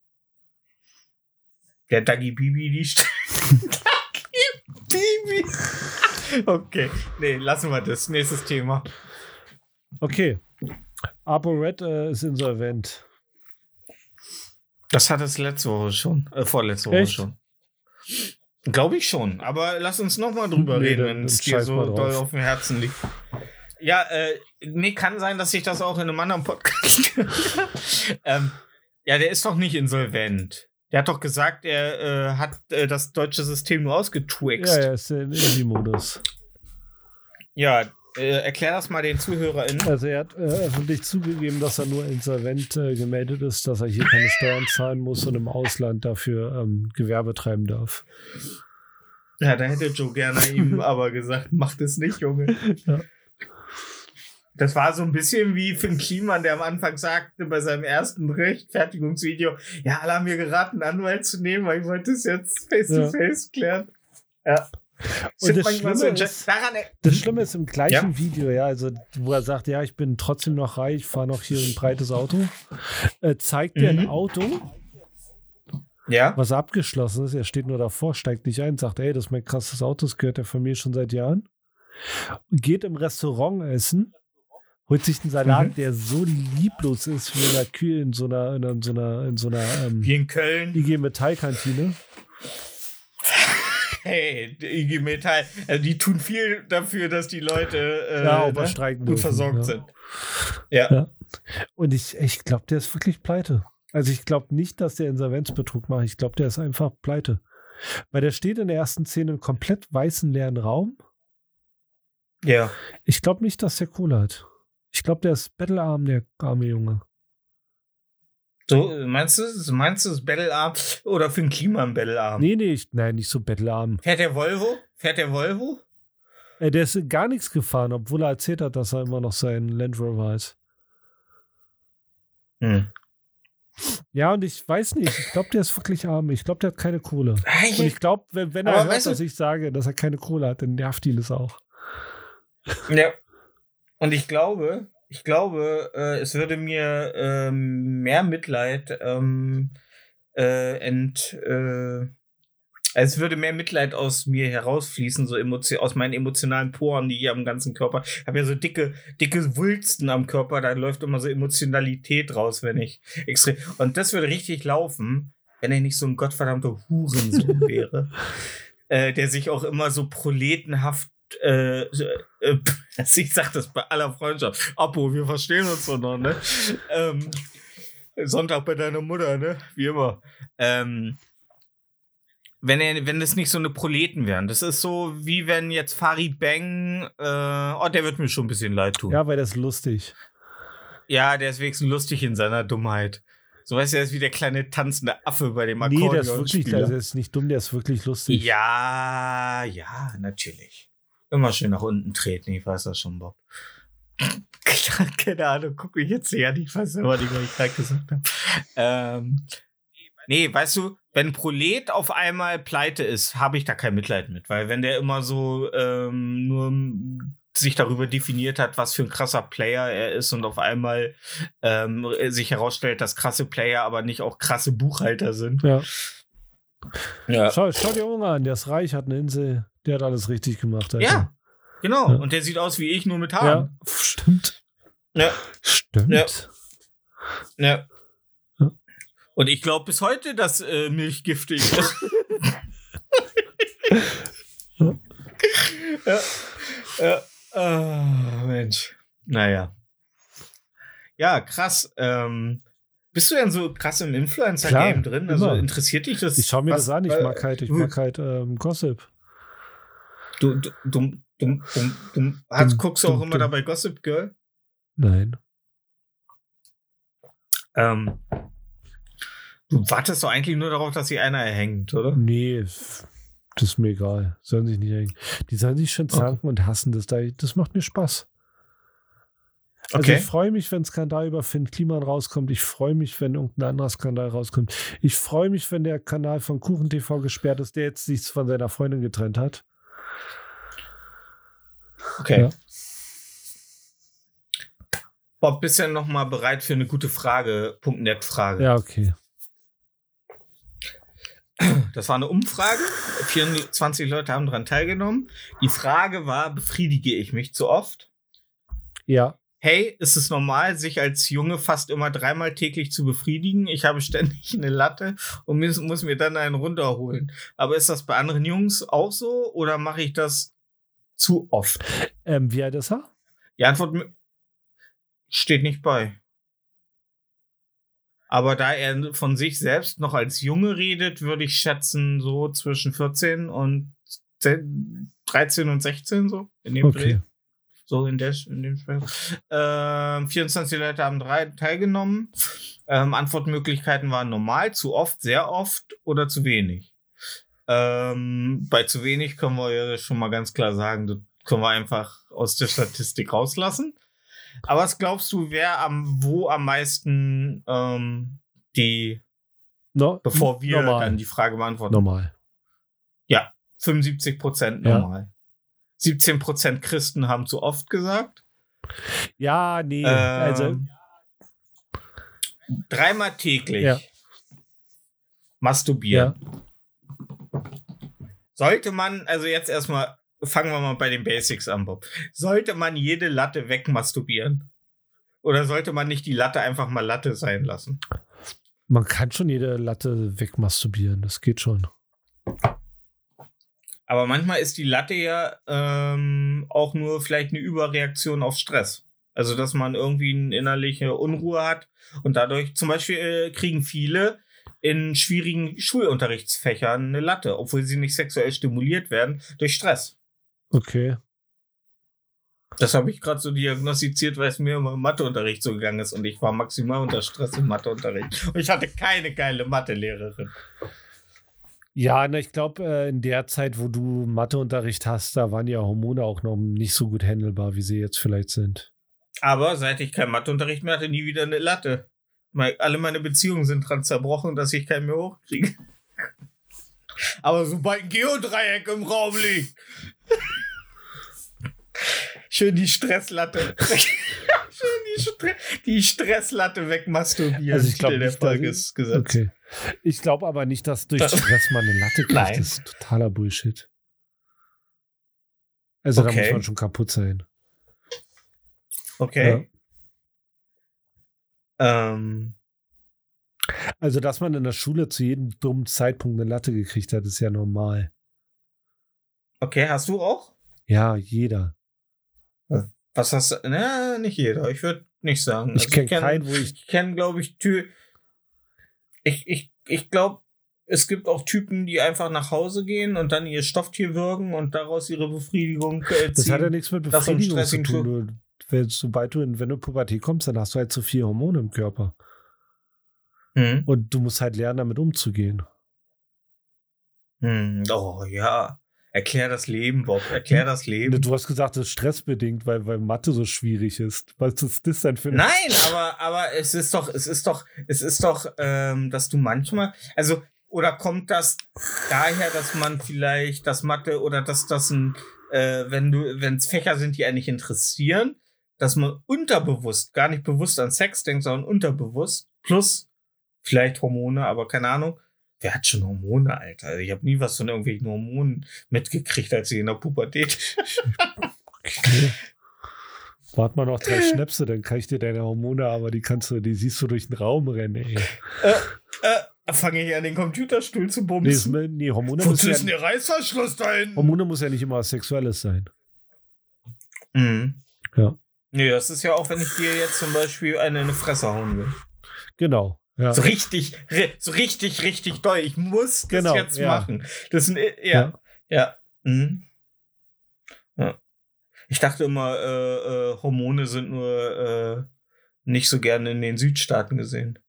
Der Dagi Bibi, die Dagi Bibi. Okay. Nee, lassen wir das. Nächstes Thema. Okay. ApoRed ist insolvent. Das hat es letzte Woche schon. Vorletzte Woche schon. Glaube ich schon. Aber lass uns noch mal drüber reden, wenn es dir so doll auf dem Herzen liegt. Ja, kann sein, dass ich das auch in einem anderen Podcast ja, der ist doch nicht insolvent. Der hat doch gesagt, er hat das deutsche System nur ausgetwixt. Ja, er ist im Indie-Modus. Ja, erklär das mal den ZuhörerInnen. Also er hat öffentlich zugegeben, dass er nur insolvent gemeldet ist, dass er hier keine Steuern zahlen muss und im Ausland dafür Gewerbe treiben darf. Ja, da hätte Joe gerne ihm aber gesagt, mach das nicht, Junge. Ja. Das war so ein bisschen wie Finn Kliman, der am Anfang sagte bei seinem ersten Rechtfertigungsvideo, ja, alle haben mir geraten, einen Anwalt zu nehmen, weil ich wollte es jetzt face-to-face klären. Ja. Und das Schlimme ist im gleichen Video, ja, also wo er sagt, ja, ich bin trotzdem noch reich, fahre noch hier ein breites Auto, zeigt er ein Auto, was abgeschlossen ist, er steht nur davor, steigt nicht ein, sagt, ey, das ist mein krasses Auto, das gehört der Familie schon seit Jahren, geht im Restaurant essen, holt sich einen Salat, der so lieblos ist wie in einer Kühe in so einer wie in Köln IG Metall-Kantine. Hey, IG Metall, also die tun viel dafür, dass die Leute gut versorgt sind. Ja. Und ich glaube, der ist wirklich pleite. Also ich glaube nicht, dass der Insolvenzbetrug macht. Ich glaube, der ist einfach pleite. Weil der steht in der ersten Szene im komplett weißen, leeren Raum. Ja. Ich glaube nicht, dass der Kohle hat. Ich glaube, der ist battlearm, der arme Junge. So, meinst du das battlearm oder für ein Klima ein battlearm? Nee, nein, nicht so battlearm. Fährt der Volvo? Der ist gar nichts gefahren, obwohl er erzählt hat, dass er immer noch sein Land Rover hat. Ja, und ich weiß nicht. Ich glaube, der ist wirklich arm. Ich glaube, der hat keine Kohle. Und ich glaube, wenn er hört, dass ich sage, dass er keine Kohle hat, dann nervt ihn das auch. Ja. Und ich glaube, es würde mir mehr Mitleid es würde mehr Mitleid aus mir herausfließen, so aus meinen emotionalen Poren, die hier am ganzen Körper. Ich habe ja so dicke Wulsten am Körper, da läuft immer so Emotionalität raus, wenn ich extrem. Und das würde richtig laufen, wenn er nicht so ein gottverdammter Hurensohn wäre, der sich auch immer so proletenhaft ich sag das bei aller Freundschaft. Apo, wir verstehen uns doch noch, ne? Sonntag bei deiner Mutter, ne? Wie immer. Wenn das nicht so eine Proleten wären. Das ist so, wie wenn jetzt Farid Bang, der wird mir schon ein bisschen leid tun. Ja, weil der ist lustig. Ja, der ist wenigstens lustig in seiner Dummheit. So, weißt du, der ist wie der kleine tanzende Affe bei dem Akkordeon. Nee, der ist wirklich, der ist nicht dumm, der ist wirklich lustig. Ja, natürlich. Immer schön nach unten treten, ich weiß das schon, Bob. Keine Ahnung, guck mich jetzt her, ich weiß nicht, was ich gerade gesagt habe. Nee, weißt du, wenn Prolet auf einmal pleite ist, habe ich da kein Mitleid mit, weil wenn der immer so nur sich darüber definiert hat, was für ein krasser Player er ist und auf einmal sich herausstellt, dass krasse Player aber nicht auch krasse Buchhalter sind. Ja. Ja. Schau dir Ungarn an, der ist reich, hat eine Insel, der hat alles richtig gemacht. Alter. Ja, genau. Ja. Und der sieht aus wie ich, nur mit Ja, Haaren. stimmt. Ja. Stimmt. Ja. Ja. Ja. Und ich glaube bis heute, dass Milch giftig ist. Ja. Mensch. Naja. Ja, krass. Bist du denn so krass im Influencer-Game Klar, drin? Also immer. interessiert dich das? Ich schaue mir was- das an, ich mag halt Gossip. Du guckst du auch immer dabei Gossip Girl? Nein. Du wartest doch eigentlich nur darauf, dass sich einer erhängt, oder? Nee, das ist mir egal. Sollen sich nicht hängen. Die sollen sich schon zanken und hassen. Das macht mir Spaß. Also Okay. ich freue mich, wenn ein Skandal über Finn Kliman rauskommt. Ich freue mich, wenn irgendein anderer Skandal rauskommt. Ich freue mich, wenn der Kanal von KuchenTV gesperrt ist, der jetzt sich von seiner Freundin getrennt hat. Okay. Ja. Bob, bist du denn noch mal bereit für eine gute Frage, .net-Frage? Ja, okay. Das war eine Umfrage. 24 Leute haben daran teilgenommen. Die Frage war, befriedige ich mich zu oft? Ja. Hey, ist es normal, sich als Junge fast immer 3-mal täglich zu befriedigen? Ich habe ständig eine Latte und muss mir dann einen runterholen. Aber ist das bei anderen Jungs auch so oder mache ich das zu oft? Wie alt ist er? Die Antwort steht nicht bei. Aber da er von sich selbst noch als Junge redet, würde ich schätzen, so zwischen 14 und 13 und 16, so in dem Dreh. Okay. So in dem Spiel. 24 Leute haben teilgenommen. Antwortmöglichkeiten waren normal, zu oft, sehr oft oder zu wenig. Bei zu wenig können wir ja schon mal ganz klar sagen, das können wir einfach aus der Statistik rauslassen. Aber was glaubst du, wer wo am meisten bevor wir normal. dann die Frage beantworten? Normal. Ja, 75% Ja. normal. 17% Christen haben zu oft gesagt. Ja, nee. Also, 3-mal täglich Ja. masturbieren. ja. Sollte man, also jetzt erstmal, fangen wir mal bei den Basics an, Bob. Sollte man jede Latte wegmasturbieren? Oder sollte man nicht die Latte einfach mal Latte sein lassen? Man kann schon jede Latte wegmasturbieren. Das geht schon. Aber manchmal ist die Latte ja auch nur vielleicht eine Überreaktion auf Stress. Also, dass man irgendwie eine innerliche Unruhe hat und dadurch zum Beispiel kriegen viele in schwierigen Schulunterrichtsfächern eine Latte, obwohl sie nicht sexuell stimuliert werden durch Stress. Okay. Das habe ich gerade so diagnostiziert, weil es mir immer im Matheunterricht so gegangen ist und ich war maximal unter Stress im Matheunterricht. Und ich hatte keine geile Mathelehrerin. Ja, ich glaube, in der Zeit, wo du Matheunterricht hast, da waren ja Hormone auch noch nicht so gut handelbar, wie sie jetzt vielleicht sind. Aber seit ich keinen Matheunterricht mehr hatte, nie wieder eine Latte. Alle meine Beziehungen sind dran zerbrochen, dass ich keinen mehr hochkriege. Aber sobald ein Geodreieck im Raum liegt. Schön die Stresslatte. Schön die Stresslatte wegmasturbieren. Also ich glaube Der nicht, Folge ist gesetzt. Okay. Ich glaube aber nicht, dass durch Stress man eine Latte kriegt. Nein. Das ist totaler Bullshit. Also da Okay. muss man schon kaputt sein. Okay. Also, dass man in der Schule zu jedem dummen Zeitpunkt eine Latte gekriegt hat, ist ja normal. Okay, hast du auch? Ja, jeder. Was hast du? Na, nicht jeder. Ich würde nicht sagen. Ich kenne keinen, wo Ich kenne, glaube ich, ich glaube, es gibt auch Typen, die einfach nach Hause gehen und dann ihr Stofftier würgen und daraus ihre Befriedigung ziehen. Das hat ja nichts mit Das ist ein Befriedigung zu stressigen tun. Sobald wenn du in Pubertät kommst, dann hast du halt zu viel Hormone im Körper. Hm. Und du musst halt lernen, damit umzugehen. Oh ja. Erklär das Leben, Bob. Erklär das Leben. Du hast gesagt, das ist stressbedingt, weil Mathe so schwierig ist. Was ist das denn für eine... Nein, aber es ist doch, dass du manchmal, also, oder kommt das daher, dass man vielleicht das Mathe oder dass das wenn es Fächer sind, die einen nicht interessieren, dass man unterbewusst, gar nicht bewusst an Sex denkt, sondern unterbewusst, plus vielleicht Hormone, aber keine Ahnung, wer hat schon Hormone, Alter? Also ich habe nie was von irgendwelchen Hormonen mitgekriegt, als ich in der Pubertät. Okay. Wart mal noch 3 Schnäpse, dann kann ich dir deine Hormone, aber die siehst du durch den Raum rennen, ey. Fange ich an, den Computerstuhl zu bumsen. Nee, Hormone Wozu ist denn der Reißverschluss da hinten? Hormone muss ja nicht immer was Sexuelles sein. Mhm. Ja. Nee, das ist ja auch, wenn ich dir jetzt zum Beispiel eine Fresse hauen will. Genau. Ja. So richtig doll. Ich muss das jetzt machen. Das sind, ja. Mhm. Ja. Ich dachte immer, Hormone sind nur nicht so gerne in den Südstaaten gesehen.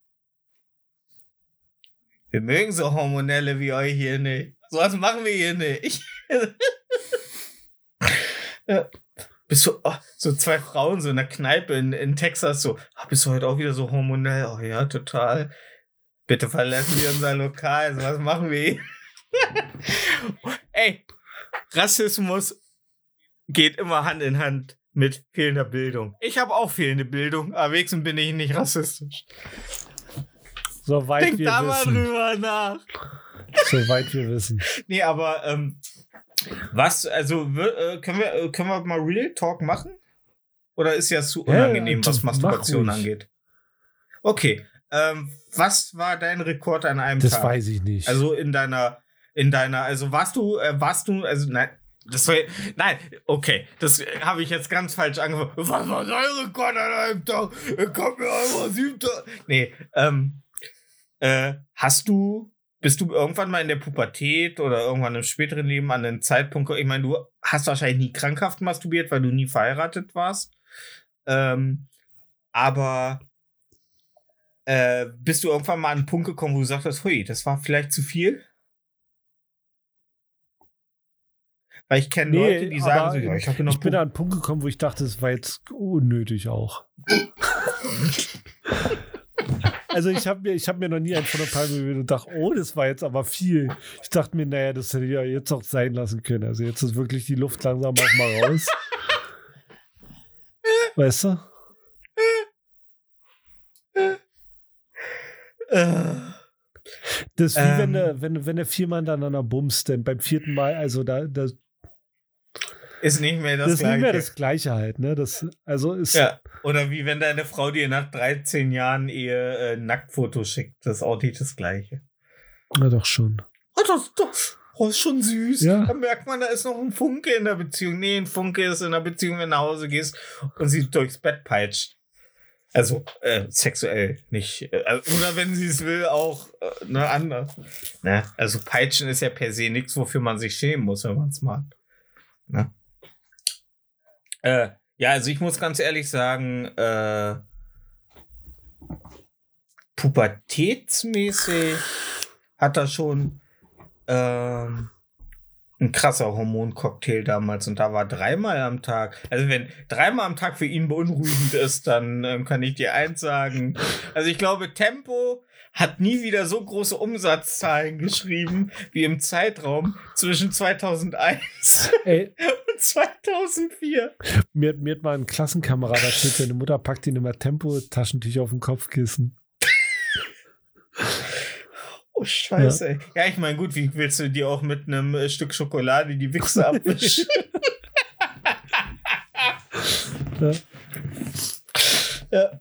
Wir mögen so Hormonelle wie euch hier nicht. So was machen wir hier nicht. Ja. Bist du so 2 Frauen so in der Kneipe in Texas so, bist du heute auch wieder so hormonell? Oh ja, total. Bitte verlassen wir unser Lokal. So was machen wir hier? Ey, Rassismus geht immer Hand in Hand mit fehlender Bildung. Ich habe auch fehlende Bildung, aber wenigstens bin ich nicht rassistisch. Soweit Denk wir da mal wissen. drüber nach. Soweit wir wissen. Nee, aber was, also können wir mal Real Talk machen? Oder ist ja zu unangenehm, was Masturbation angeht? Okay, was war dein Rekord an einem Tag? Das weiß ich nicht. Also in deiner, also warst du, also nein, nein, okay, das habe ich jetzt ganz falsch angefangen. Was war dein Rekord an einem Tag? Ich komm mir einmal 7 Tage. Nee, bist du irgendwann mal in der Pubertät oder irgendwann im späteren Leben an einen Zeitpunkt, ich meine, du hast wahrscheinlich nie krankhaft masturbiert, weil du nie verheiratet warst, aber bist du irgendwann mal an einen Punkt gekommen, wo du sagtest, hui, das war vielleicht zu viel? Weil ich kenne Leute, die sagen so, ja, ich bin an einen Punkt gekommen, wo ich dachte, es war jetzt unnötig auch. Also ich hab mir noch nie einen von der Palme gewählt und dachte, oh, das war jetzt aber viel. Ich dachte mir, naja, das hätte ich ja jetzt auch sein lassen können. Also jetzt ist wirklich die Luft langsam auch mal raus. Weißt du? Das ist wie wenn du 4 Mal hintereinander bummst, denn beim 4. Mal, also da ist nicht mehr das Gleiche. Das ist nicht mehr das Gleiche halt, ne? Das, also ist ja. Oder wie wenn deine Frau dir nach 13 Jahren ihr Nacktfoto schickt. Das ist auch nicht das Gleiche. Na doch schon. Das ist schon süß. Ja. Da merkt man, da ist noch ein Funke in der Beziehung. Nee, ein Funke ist in der Beziehung, wenn du nach Hause gehst und sie durchs Bett peitscht. Also sexuell nicht. Oder wenn sie es will, auch anders. Ne? Also peitschen ist ja per se nichts, wofür man sich schämen muss, wenn man es mag. Ne? Ja, also ich muss ganz ehrlich sagen, pubertätsmäßig hat er schon ein krasser Hormoncocktail damals und da war 3-mal am Tag. Also wenn 3-mal am Tag für ihn beunruhigend ist, dann kann ich dir eins sagen. Also ich glaube, Tempo hat nie wieder so große Umsatzzahlen geschrieben wie im Zeitraum zwischen 2001 und 2004. Mir hat mal ein Klassenkamerad erzählt, seine Mutter packt ihn immer Tempo-Taschentücher auf dem Kopfkissen. Oh, scheiße, ey. Ja, ich meine, gut, wie willst du dir auch mit einem Stück Schokolade die Wichse abwischen? Ja.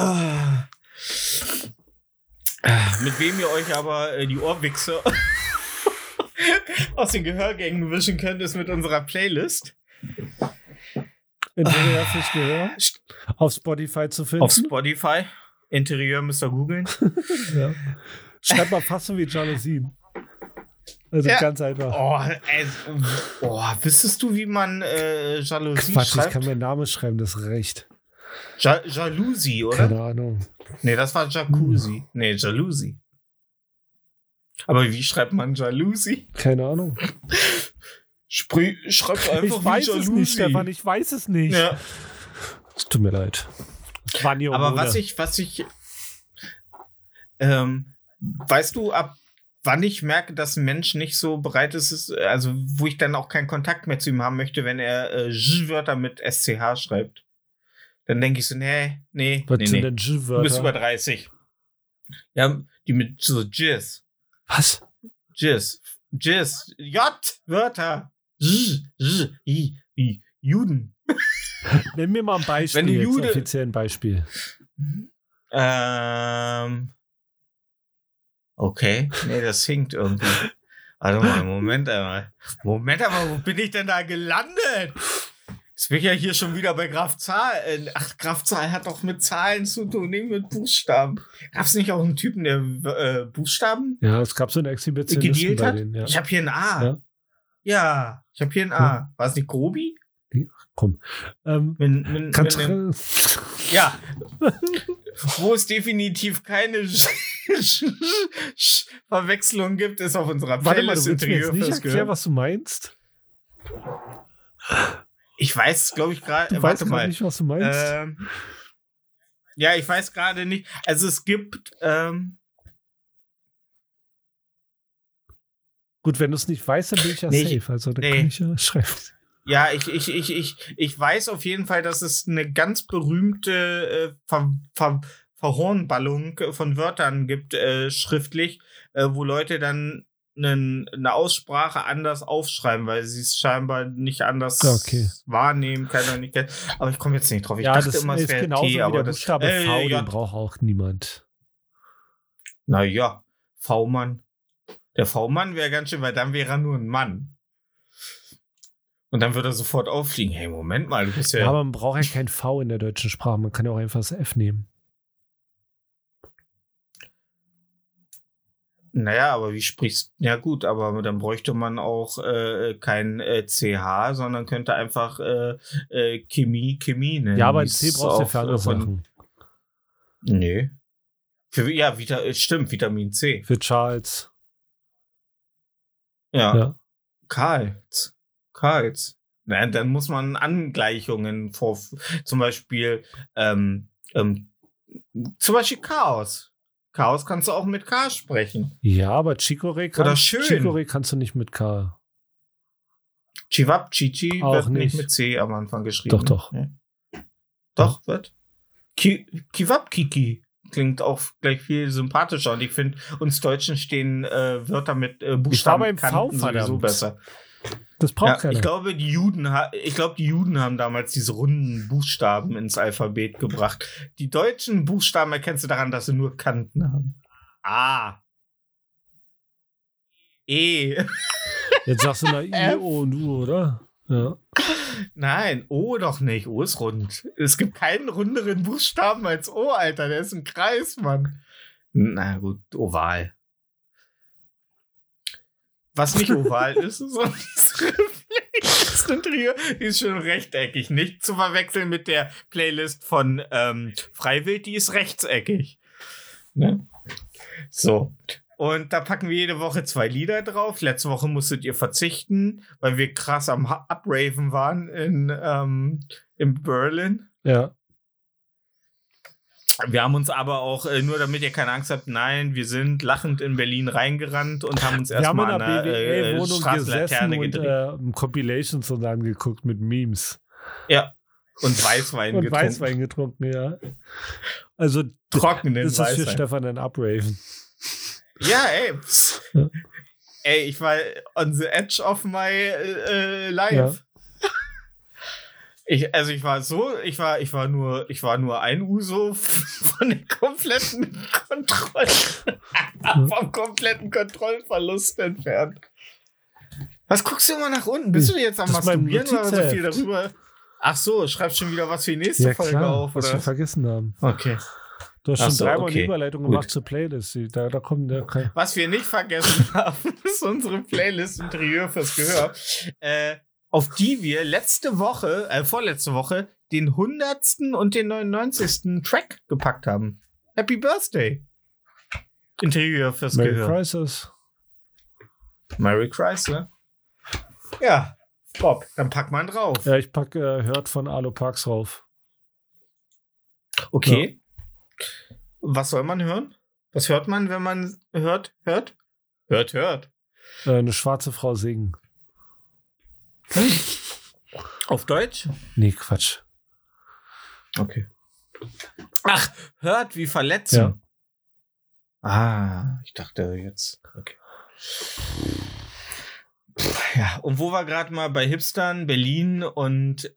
Mit wem ihr euch aber die Ohrwichse aus den Gehörgängen wischen könnt, ist mit unserer Playlist. Interieur fürs Gehör. Auf Spotify zu finden. Auf Spotify. Interieur müsst ihr googeln. Ja. Schreibt mal fast so wie Jalousien. Also ganz einfach. Wüsstest du, wie man Jalousie Quatsch, schreibt? Ich kann mir einen Namen schreiben, das reicht. Jalousie, oder? Keine Ahnung. Nee, das war Jacuzzi. Nee, Jalousie. Aber wie schreibt man Jalousie? Keine Ahnung. Schreibt einfach ich weiß es nicht, Stefan, ich weiß es nicht. Ja. Es tut mir leid. Aber was ich weißt du, ab wann ich merke, dass ein Mensch nicht so bereit ist, also wo ich dann auch keinen Kontakt mehr zu ihm haben möchte, wenn er J-Wörter mit SCH schreibt. Dann denke ich so, nee. Was sind denn J-Wörter? Du bist über 30. Ja, die mit so Jizz. Was? Jizz. J-Wörter. Juden. Nenn mir mal ein Beispiel, Wenn du Jude, offiziell ein Beispiel. Okay. Nee, das hinkt irgendwie. Warte mal, Moment einmal. Wo bin ich denn da gelandet? Jetzt bin ich ja hier schon wieder bei Graf Zahl. Graf Zahl hat doch mit Zahlen zu tun, nicht mit Buchstaben. Gab es nicht auch einen Typen, der Buchstaben Ja, es gab so eine Exhibition gedealt bei hat? denen, ja. Ich habe hier ein A. Ja. Ja, ich habe hier ein A. Ja. War es nicht Grobi? Komm. Ja. Wo es definitiv keine Verwechslung gibt, ist auf unserer Warte mal, du Playlist willst mir jetzt Interieur nicht fürs erklären, Gehör. was du meinst? Ich weiß, glaube ich, gerade. Du weißt gerade nicht, was du meinst? Ja, ich weiß gerade nicht. Also es gibt. Gut, wenn du es nicht weißt, dann bin ich ja safe. Also da kann ich ja schreiben. Ja, ich weiß auf jeden Fall, dass es eine ganz berühmte Verhornballung von Wörtern gibt, schriftlich, wo Leute dann eine Aussprache anders aufschreiben, weil sie es scheinbar nicht anders wahrnehmen können. Aber ich komme jetzt nicht drauf. Ich dachte das immer, es ist wäre genauso T, wie aber der Buchstabe V, den braucht auch niemand. Naja, V-Mann. Der V-Mann wäre ganz schön, weil dann wäre er nur ein Mann. Und dann würde er sofort auffliegen. Hey, Moment mal, du bist ja... Ja, aber man braucht ja kein V in der deutschen Sprache. Man kann ja auch einfach das F nehmen. Naja, aber wie sprichst du? Ja gut, aber dann bräuchte man auch kein CH, sondern könnte einfach Chemie nennen. Ja, aber ein C brauchst du ja für andere Sachen. Nee. Stimmt, Vitamin C. Für Charles. Ja. Karls. Na, dann muss man Angleichungen zum Beispiel Chaos. Chaos kannst du auch mit K sprechen. Ja, aber Chicorée kannst du nicht mit K. Chivapchichi wird nicht mit C am Anfang geschrieben. Doch. Ja. Doch, wird. Kiwapkiki klingt auch gleich viel sympathischer. Und ich finde, uns Deutschen stehen Wörter mit Buchstaben sowieso besser. Das braucht keiner. Ich glaube, die Juden haben damals diese runden Buchstaben ins Alphabet gebracht. Die deutschen Buchstaben erkennst du daran, dass sie nur Kanten haben. A. E. Jetzt sagst du mal I, O und U, oder? Ja. Nein, O doch nicht. O ist rund. Es gibt keinen runderen Buchstaben als O, Alter. Der ist ein Kreis, Mann. Na gut, oval. Was nicht oval ist, sondern das Interieur ist schon rechteckig. Nicht zu verwechseln mit der Playlist von Freiwild, die ist rechteckig. Ne? So. Und da packen wir jede Woche 2 Lieder drauf. Letzte Woche musstet ihr verzichten, weil wir krass am Upraven waren in Berlin. Ja. Wir haben uns aber auch, nur damit ihr keine Angst habt, nein, wir sind lachend in Berlin reingerannt und haben uns erstmal an einer BWL-Wohnung gesessen und Compilations und angeguckt mit Memes. Ja. Und Weißwein getrunken. Weißwein getrunken, ja. Also trockenen das ist für Stefan ein Upraven. Ja, ey. Ja. Ey, ich war on the edge of my life. Ja. Ich war nur ein Uso von der kompletten vom kompletten Kontrollverlust entfernt. Was guckst du immer nach unten? Bist du jetzt am Masturbieren oder so viel darüber? Ach so, schreibst schon wieder was für die nächste Folge auf, was oder? wir vergessen haben. Okay. Du hast schon 3-mal eine Überleitung gemacht zur Playlist. Da kommt der Was wir nicht vergessen haben, ist unsere Playlist Interieur fürs Gehör. Auf die wir vorletzte Woche, den 100. und den 99. Track gepackt haben. Happy Birthday! Interieur fürs Gehör. Merry Chrysler. Ja, Bob, dann pack mal drauf. Ja, ich pack Hört von Arlo Parks drauf. Okay. Ja. Was soll man hören? Was hört man, wenn man hört? Hört. Eine schwarze Frau singen. Auf Deutsch? Nee, Quatsch. Okay. Ach, hört wie verletzen. Ich dachte jetzt. Okay. Ja, und wo wir gerade mal bei Hipstern, Berlin und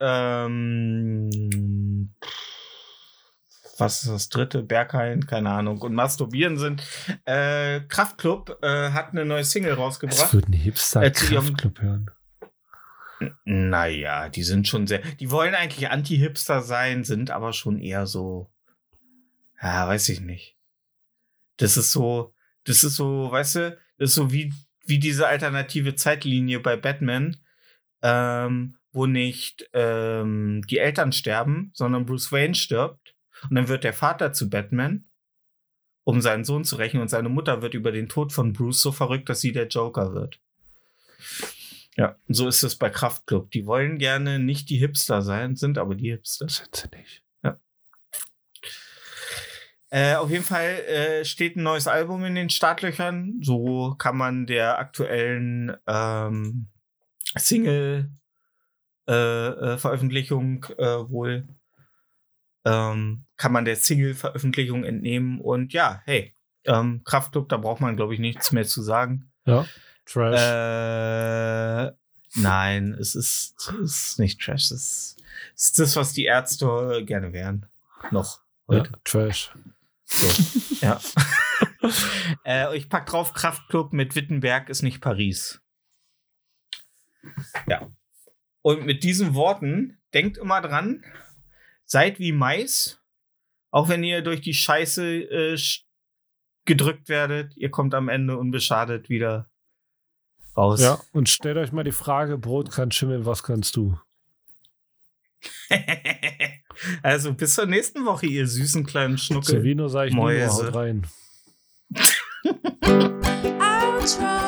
was ist das dritte? Berghain, keine Ahnung. Und Masturbieren sind. Kraftklub hat eine neue Single rausgebracht. Was würde ein Hipster Kraftklub hören? Naja, die sind schon sehr. Die wollen eigentlich Anti-Hipster sein, sind aber schon eher so. Ja, weiß ich nicht. Das ist so, weißt du, das ist so wie diese alternative Zeitlinie bei Batman, wo nicht die Eltern sterben, sondern Bruce Wayne stirbt. Und dann wird der Vater zu Batman, um seinen Sohn zu rächen. Und seine Mutter wird über den Tod von Bruce so verrückt, dass sie der Joker wird. Ja, und so ist es bei Kraftklub. Die wollen gerne nicht die Hipster sein, sind aber die Hipster. Sind sie nicht. Ja. Auf jeden Fall steht ein neues Album in den Startlöchern. So kann man der aktuellen Single-Veröffentlichung wohl kann man der Single-Veröffentlichung entnehmen. Und ja, hey, Kraftklub, da braucht man, glaube ich, nichts mehr zu sagen. Ja, Trash. Nein, es ist nicht Trash. Es ist das, was die Ärzte gerne wären. Noch heute. Ja, Trash. So, ja. Ich pack drauf, Kraftklub mit Wittenberg ist nicht Paris. Ja. Und mit diesen Worten, denkt immer dran, seid wie Mais, auch wenn ihr durch die Scheiße gedrückt werdet, ihr kommt am Ende unbeschadet wieder raus. Ja, und stellt euch mal die Frage, Brot kann schimmeln, was kannst du? Also bis zur nächsten Woche, ihr süßen kleinen Schnuckel. Zu Vino sage ich nur, haut rein. I'll try.